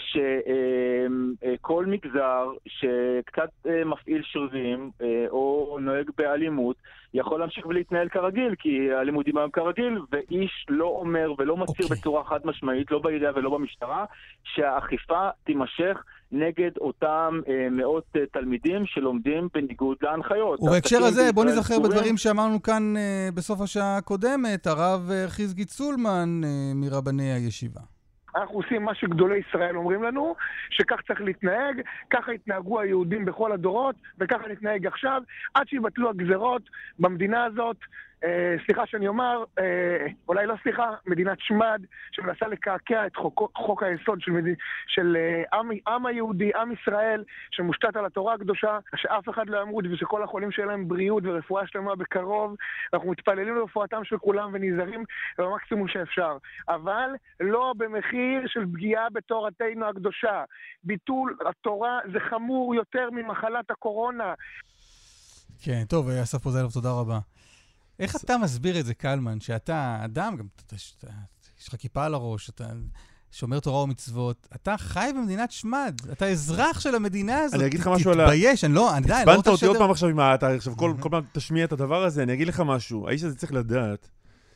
שכל מגזר שקצת מפעיל שרירים או נוהג באלימות, יכול להמשיך ולהתנהל כרגיל, כי הלימודים היום כרגיל, ואיש לא אומר ולא מצהיר בצורה חד משמעית, לא בעירייה ולא במשטרה, שהאכיפה תימשך נגד אותם מאות תלמידים שלומדים בניגוד להנחיות. ובהקשר הזה, בוא נזכר בדברים שאמרנו כאן בסוף השעה הקודמת, הרב חזקי צולמן מרבני הישיבה. אנחנו עושים מה שגדולי ישראל אומרים לנו, שכך צריך להתנהג, ככה התנהגו היהודים בכל הדורות, וככה נתנהג עכשיו, עד שיבטלו הגזרות במדינה הזאת. סליחה שאני אומר, אולי לא סליחה, מדינת שמד, שמנסה לקעקע את חוק היסוד של עם היהודי, עם ישראל, שמושתת על התורה הקדושה, שאף אחד לא ימות ושכל החולים שלהם בריאות ורפואה שלמה בקרוב. אנחנו מתפללים לרפואתם של כולם ונזהרים במקסימום שאפשר. אבל לא במחיר של פגיעה בתורתנו הקדושה. ביטול התורה זה חמור יותר ממחלת הקורונה. כן, טוב, אסף פוזלוב, תודה רבה. איך אתה מסביר את זה, קלמן, שאתה אדם, גם יש לך כיפה על הראש, אתה שומר תורה ומצוות, אתה חי במדינת שמד, אתה אזרח של המדינה הזאת, אני אגיד לך משהו על תתבייש, אני לא רוצה הסבנת אותי עוד פעם עכשיו עם אתה עכשיו כל פעם תשמיע את הדבר הזה, אני אגיד לך משהו, האיש הזה צריך לדעת,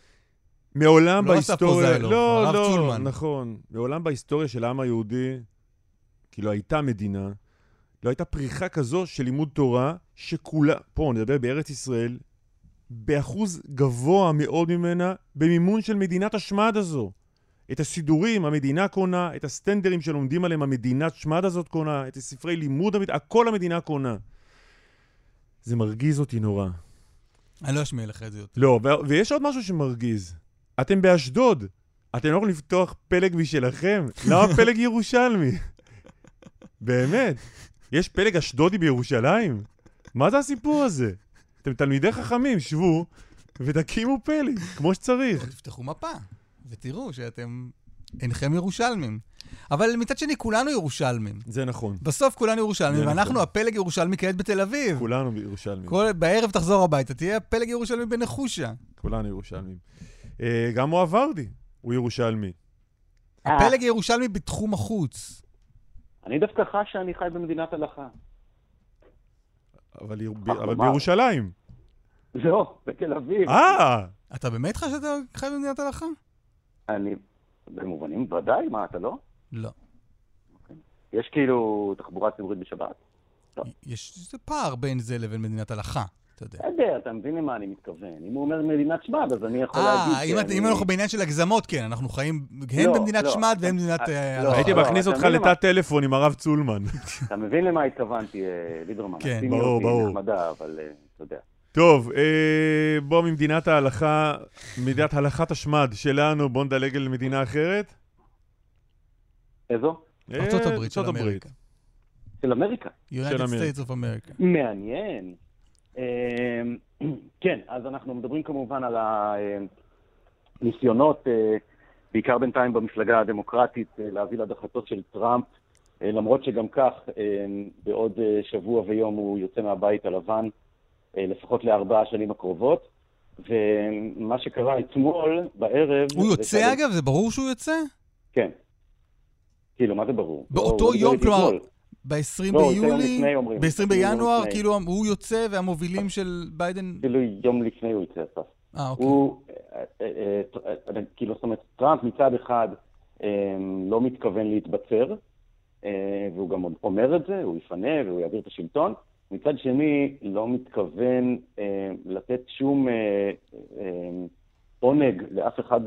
מעולם בהיסטוריה, לא, נכון, מעולם בהיסטוריה של העם היהודי, כאילו הייתה מדינה, לא הייתה פריחה כזו של לימוד תורה, שכולה, פה נדבר בארץ ישראל, באחוז גבוה מאוד ממנה, במימון של מדינת השמד הזו. את הסידורים, המדינה קונה, את הסטנדרים שלומדים עליהם, המדינת שמד הזאת קונה, את הספרי לימוד, הכל המדינה קונה. זה מרגיז אותי נורא. אני לא אשמיע לך את זה יותר. לא, ויש עוד משהו שמרגיז. אתם באשדוד, אתם לא יכולים לפתוח פלג משלכם? למה פלג ירושלמי? באמת, יש פלג אשדודי בירושלים? מה זה הסיפור הזה? אתם תלמידי חכמים, שבו ותקימו פלג, כמו שצריך. תפתחו מפה, ותראו שאתם אינכם ירושלמים. אבל מצד שני, כולנו ירושלמים. זה נכון. בסוף כולנו ירושלמים, ואנחנו הפלג ירושלמי כעת בתל אביב. כולנו ירושלמים. בערב תחזור הביתה, תהיה הפלג ירושלמי בנחושה. כולנו ירושלמים. גם מואב ורדי, הוא ירושלמי. הפלג ירושלמי בתחום החוץ. אני דווקא חש שאני חי במדינת הלכה. אבל בירושלים. לא, בתל אביב. אתה באמת חש שאתה חי במדינת הלכה? אני, במובנים ודאי, מה, אתה לא? לא. יש כאילו תחבורה ציבורית בשבת? יש פער בין זה לבין מדינת הלכה. אתה יודע. אתה מבין למה אני מתכוון. אם הוא אומר מדינת שמד, אז אני יכול להגיד... אם אנחנו בעניין של הגזמות, כן, אנחנו חיים הם במדינת שמד והם במדינת... הייתי מכניס אותך לתא טלפון עם הרב צולמן. אתה מבין למה התכוונתי, ליברמן. כן, ברור. נחמדה, אבל אתה יודע. טוב, בוא ממדינת ההלכה, מדינת הלכת השמד שלנו, בוא נדלג על מדינה אחרת. איזו? ארצות הברית של אמריקה. של אמריקה? United States of America. מעניין. כן, אז אנחנו מדברים כמובן על הניסיונות, בעיקר בינתיים במפלגה הדמוקרטית, להביא לדחתו של טראמפ, למרות שגם כך בעוד שבוע ויום הוא יוצא מהבית הלבן, לפחות ל4 השנים הקרובות. ומה שקרה אתמול בערב... הוא יוצא אגב? זה ברור שהוא יוצא? כן. כאילו, מה זה ברור? באותו יום, כלומר, ב-20 ביולי, ב-20 בינואר, כאילו הוא יוצא והמובילים של ביידן... כאילו יום לפני הוא יוצא, אסף. אוקיי. הוא, כאילו, זאת אומרת, טראמפ מצד אחד לא מתכוון להתבצר, והוא גם אומר את זה, הוא יפנה והוא יעביר את השלטון. מצד שני, לא מתכוון לתת שום עונג לאף אחד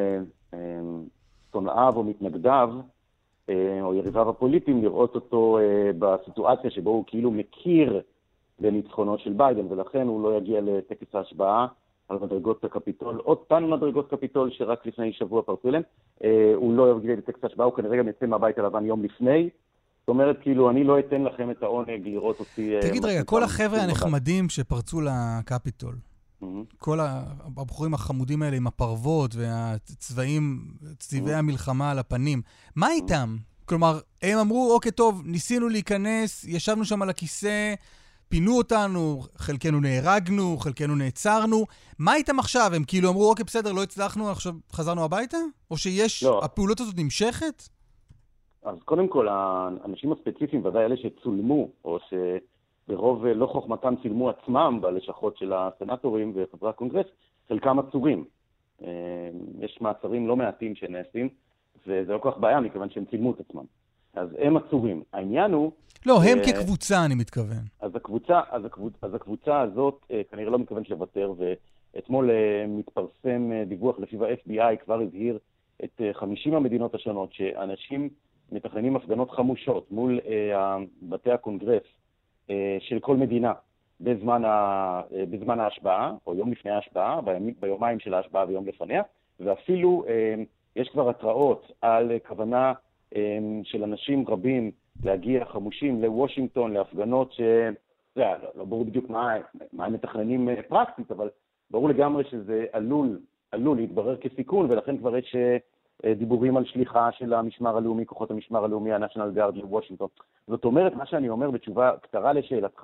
משונאיו או מתנגדיו, או יריביו הפוליטיים, לראות אותו בסיטואציה שבו הוא כאילו מכיר בניצחונו של ביידן, ולכן הוא לא יגיע לטקס ההשבעה על מדרגות הקפיטול, אותן מדרגות קפיטול שרק לפני שבוע פרצו אליהם, הוא לא יגיע לטקס ההשבעה, הוא כנראה גם יצא מהבית הלבן יום לפני, זאת אומרת, כאילו, אני לא אתן לכם את העונג לראות אותי... תגיד רגע, כל החבר'ה הנחמדים שפרצו לקפיטול, כל הבחורים החמודים האלה עם הפרוות והצבעים, צבעי המלחמה על הפנים, מה איתם? כלומר, הם אמרו, אוקיי, טוב, ניסינו להיכנס, ישבנו שם על הכיסא, פינו אותנו, חלקנו נהרגנו, חלקנו נעצרנו. מה איתם עכשיו? הם כאילו אמרו, אוקיי, בסדר, לא הצלחנו, עכשיו חזרנו הביתה? או שיש, הפעולות הזאת נמשכת? אז קודם כל, האנשים הספציפיים, ודאי אלה שצולמו, או שברוב לא חוכמתם צילמו עצמם בלשכות של הסנטורים וחברי הקונגרס, חלקם עצורים. יש מעצרים לא מעטים שנעשים, וזה לא כל כך בעיה, מכיוון שהם צילמו את עצמם. אז הם עצורים. העניין הוא... לא, הם כקבוצה, אני מתכוון. אז הקבוצה הזאת כנראה לא מתכוון לוותר, ואתמול מתפרסם דיווח לפיו ה-FBI כבר הזהיר את 50 המדינות השונות, שאנשים מתכננים הפגנות חמושות מול בתי הקונגרס של כל מדינה בזמן ההשבעה, או יום לפני ההשבעה, ביומיים של ההשבעה ויום לפניה, ואפילו יש כבר התראות על כוונה של אנשים רבים להגיע חמושים לוושינגטון, להפגנות לא ברור בדיוק מה הם מתכננים פרקטית, אבל ברור לגמרי שזה עלול להתברר כסיכון, ולכן כבר יש דיבורים על שליחה של המשמר הלאומי, כוחות המשמר הלאומי, ה-National Guard לוושינגטון. זאת אומרת, מה שאני אומר בתשובה קצרה לשאלתך,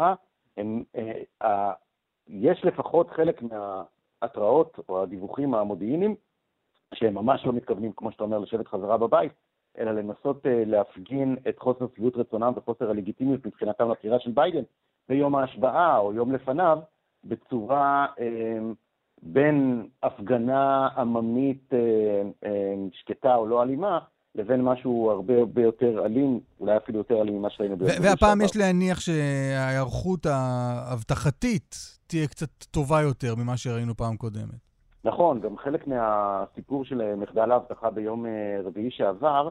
יש לפחות חלק מההתראות או הדיווחים המודיעיניים, שהם ממש לא מתכוונים, כמו שאתה אומר, לשבת חזרה בבית, אלא לנסות להפגין את חוסר שביעות רצונם וחוסר הלגיטימיות מבחינתם לבחירה של ביידן ביום ההשבעה או יום לפניו, בצורה בין הפגנה עממית שקטה או לא אלימה, לבין משהו הרבה יותר אלים, אולי אפילו יותר אלים ממה שראינו. והפעם יש להניח שההיערכות ההבטחתית תהיה קצת טובה יותר ממה שראינו פעם קודמת. נכון, גם חלק מהסיפור של מחדל ההבטחה ביום רביעי שעבר,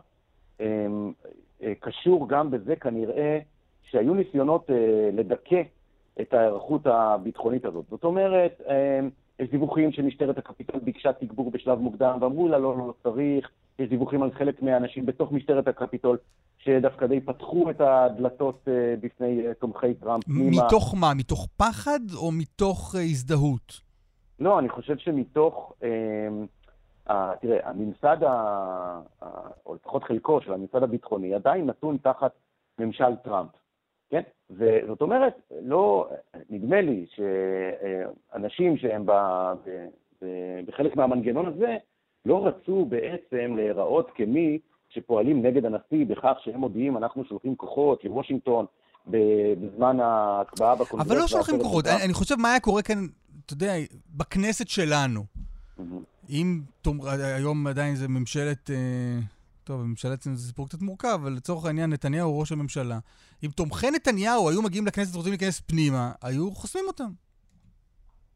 קשור גם בזה כנראה שהיו ניסיונות לדכא את ההיערכות הביטחונית הזאת. זאת אומרת, יש דיווחים שמשטרת הקפיטול ביקשה תגבור בשלב מוקדם, ואמרו לה לא צריך. יש דיווחים על חלק מהאנשים בתוך משטרת הקפיטול, שדווקא די פתחו את הדלתות בפני תומכי טראמפ. מתוך מה? מתוך פחד או מתוך הזדהות? לא, אני חושב שמתוך, תראה, הממסד, או לפחות חלקו של הממסד הביטחוני, עדיין נתון תחת ממשל טראמפ, כן? וזאת אומרת, לא, נדמה לי שאנשים שהם בחלק מהמנגנון הזה, לא רצו בעצם להיראות כמי שפועלים נגד הנשיא בכך שהם מודיעים, אנחנו שולחים כוחות לוושינגטון בזמן ההקבעה בקונגרס. אבל לא שולחים כוחות, אני חושב מה היה קורה כאן, אתה יודע, בכנסת שלנו. אם היום עדיין זה ממשלת, טוב, ממשלת זה סיפור קצת מורכב, אבל לצורך העניין נתניהו הוא ראש הממשלה. אם תומכי נתניהו היו מגיעים לכנסת ורוצים להיכנס פנימה, היו חוסמים אותם.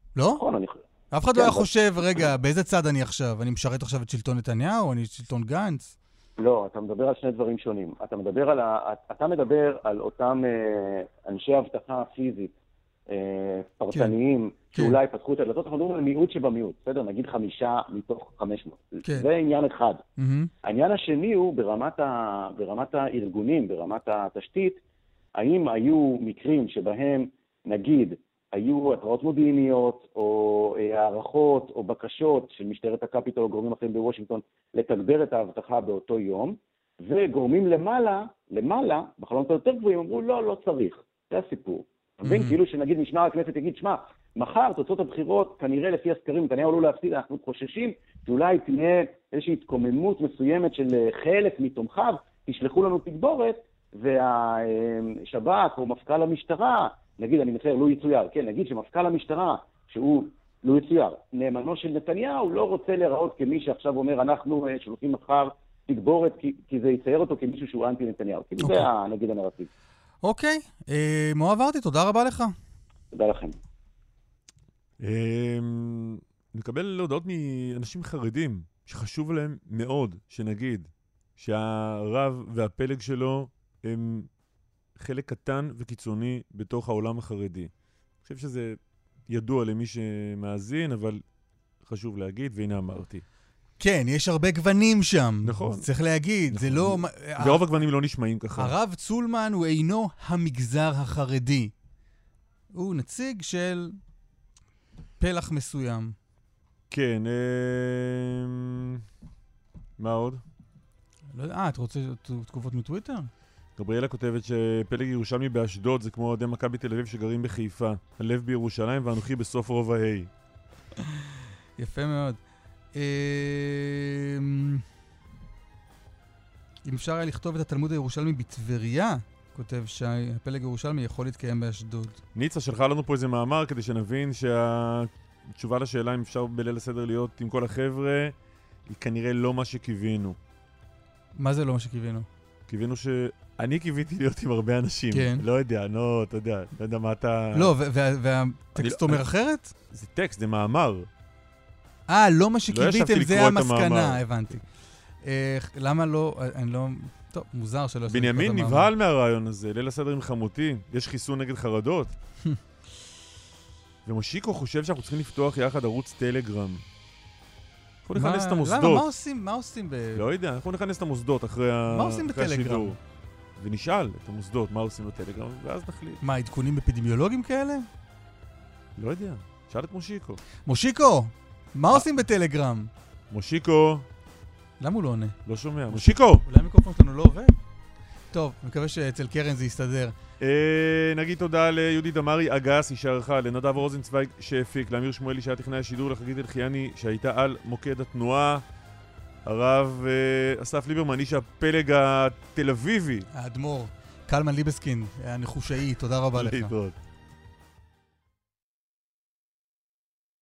לא? נכון, אף אחד לא היה חושב, רגע, באיזה צד אני עכשיו? אני משרת עכשיו את שלטון נתניהו או אני שלטון גנץ? לא, אתה מדבר על שני דברים שונים. אתה מדבר על אותם אנשי הבטחה פיזית, פרטניים, שאולי פתחו את הדלתות, אנחנו מדברים על מיעוט שבמיעוט, בסדר? נגיד 5 מתוך 500. זה עניין אחד. העניין השני הוא ברמת הארגונים, ברמת התשתית, האם היו מקרים שבהם, נגיד, היו התראות מודיעיניות, או הערכות, או בקשות של משטרת הקפיטול או גורמים אחרים בוושינגטון, לתגבר את ההבטחה באותו יום, וגורמים למעלה, בחלונות היותר גבוהים, אמרו, לא צריך. זה הסיפור. מבין, כאילו שנגיד משמר הכנסת יגיד, שמע, מחר תוצאות הבחירות, כנראה לפי הסקרים, נתניהו עלול להפסיד, אנחנו חוששים, שאולי תהיה איזושהי התקוממות מסוימת של חלק מתומכיו, תשלחו לנו תגבורת, והשב"כ או מפכ"ל המשטרה, נגיד, אני מצטער, לא יצויר, כן, נגיד שמפכ"ל המשטרה, שהוא לא יצויר, נאמנו של נתניהו, לא רוצה להיראות כמי שעכשיו אומר, אנחנו שולחים מחר תגבורת, כי זה יצייר אותו כמישהו שהוא אנטי נתניהו. כאילו זה, נגיד, הנרטיב. אוקיי, מואב ארטי, תודה רבה לך. תודה לכם. נקבל הודעות מאנשים חרדים, שחשוב להם מאוד, שנגיד, שהרב והפלג שלו הם חלק קטן וקיצוני בתוך העולם החרדי. אני חושב שזה ידוע למי שמאזין, אבל חשוב להגיד, והנה אמרתי. כן, יש הרבה גוונים שם. נכון. צריך להגיד, נכון. זה לא... ורוב הגוונים לא נשמעים ככה. הרב צולמן הוא אינו המגזר החרדי. הוא נציג של פלח מסוים. כן, מה עוד? לא יודע, אתה רוצה תגובות מטוויטר? גבריאלה כותבת שפלג ירושלמי באשדוד זה כמו אוהדי מכבי תל אביב שגרים בחיפה. הלב בירושלים ואנוכי בסוף רובע ה'. יפה מאוד. אם אפשר היה לכתוב את התלמוד הירושלמי בטבריה, כותב שהפלג הירושלמי יכול להתקיים באשדוד. ניצה שלחה לנו פה איזה מאמר כדי שנבין שהתשובה לשאלה אם אפשר בליל הסדר להיות עם כל החבר'ה היא כנראה לא מה שקיווינו. מה זה לא מה שקיווינו? קיווינו אני קיוויתי להיות עם הרבה אנשים. כן. לא יודע, אתה יודע מה אתה... לא, והטקסט אומר אחרת? זה טקסט, זה מאמר. לא מה שקיוויתם, זה המסקנה, הבנתי. למה לא, אני לא... טוב, מוזר שלא... בנימין נבהל מהרעיון הזה, ליל הסדר עם חמותי, יש חיסון נגד חרדות. ומושיקו חושב שאנחנו צריכים לפתוח יחד ערוץ טלגרם. אנחנו נכנס את המוסדות. למה? מה עושים לא יודע, אנחנו נכנס את המוסדות אחרי השידור. מה עושים בטלגרם? ונשאל את המוסדות מה עושים בטלגרם, ואז נחליט. מה, עדכונים אפידמיולוגיים כאלה? לא יודע, שאל את מושיקו. מושיקו! מה עושים בטלגרם? מושיקו! למה הוא לא עונה? לא שומע. מושיקו! אולי המיקרופון שלנו לא עובד? טוב, מקווה שאצל קרן זה יסתדר. נגיד תודה ליהודית דמרי, אגס, אישה ערכה, לנדב רוזנצוויג שהפיק, לאמיר שמואלי שהיה טכנאי השידור, לחגית אלחייני שהייתה על מוקד התנועה, הרב אסף ליברמן, איש הפלג התל אביבי. האדמו"ר, קלמן ליבסקינד, הנחושאי, תודה רבה לך. להתראות.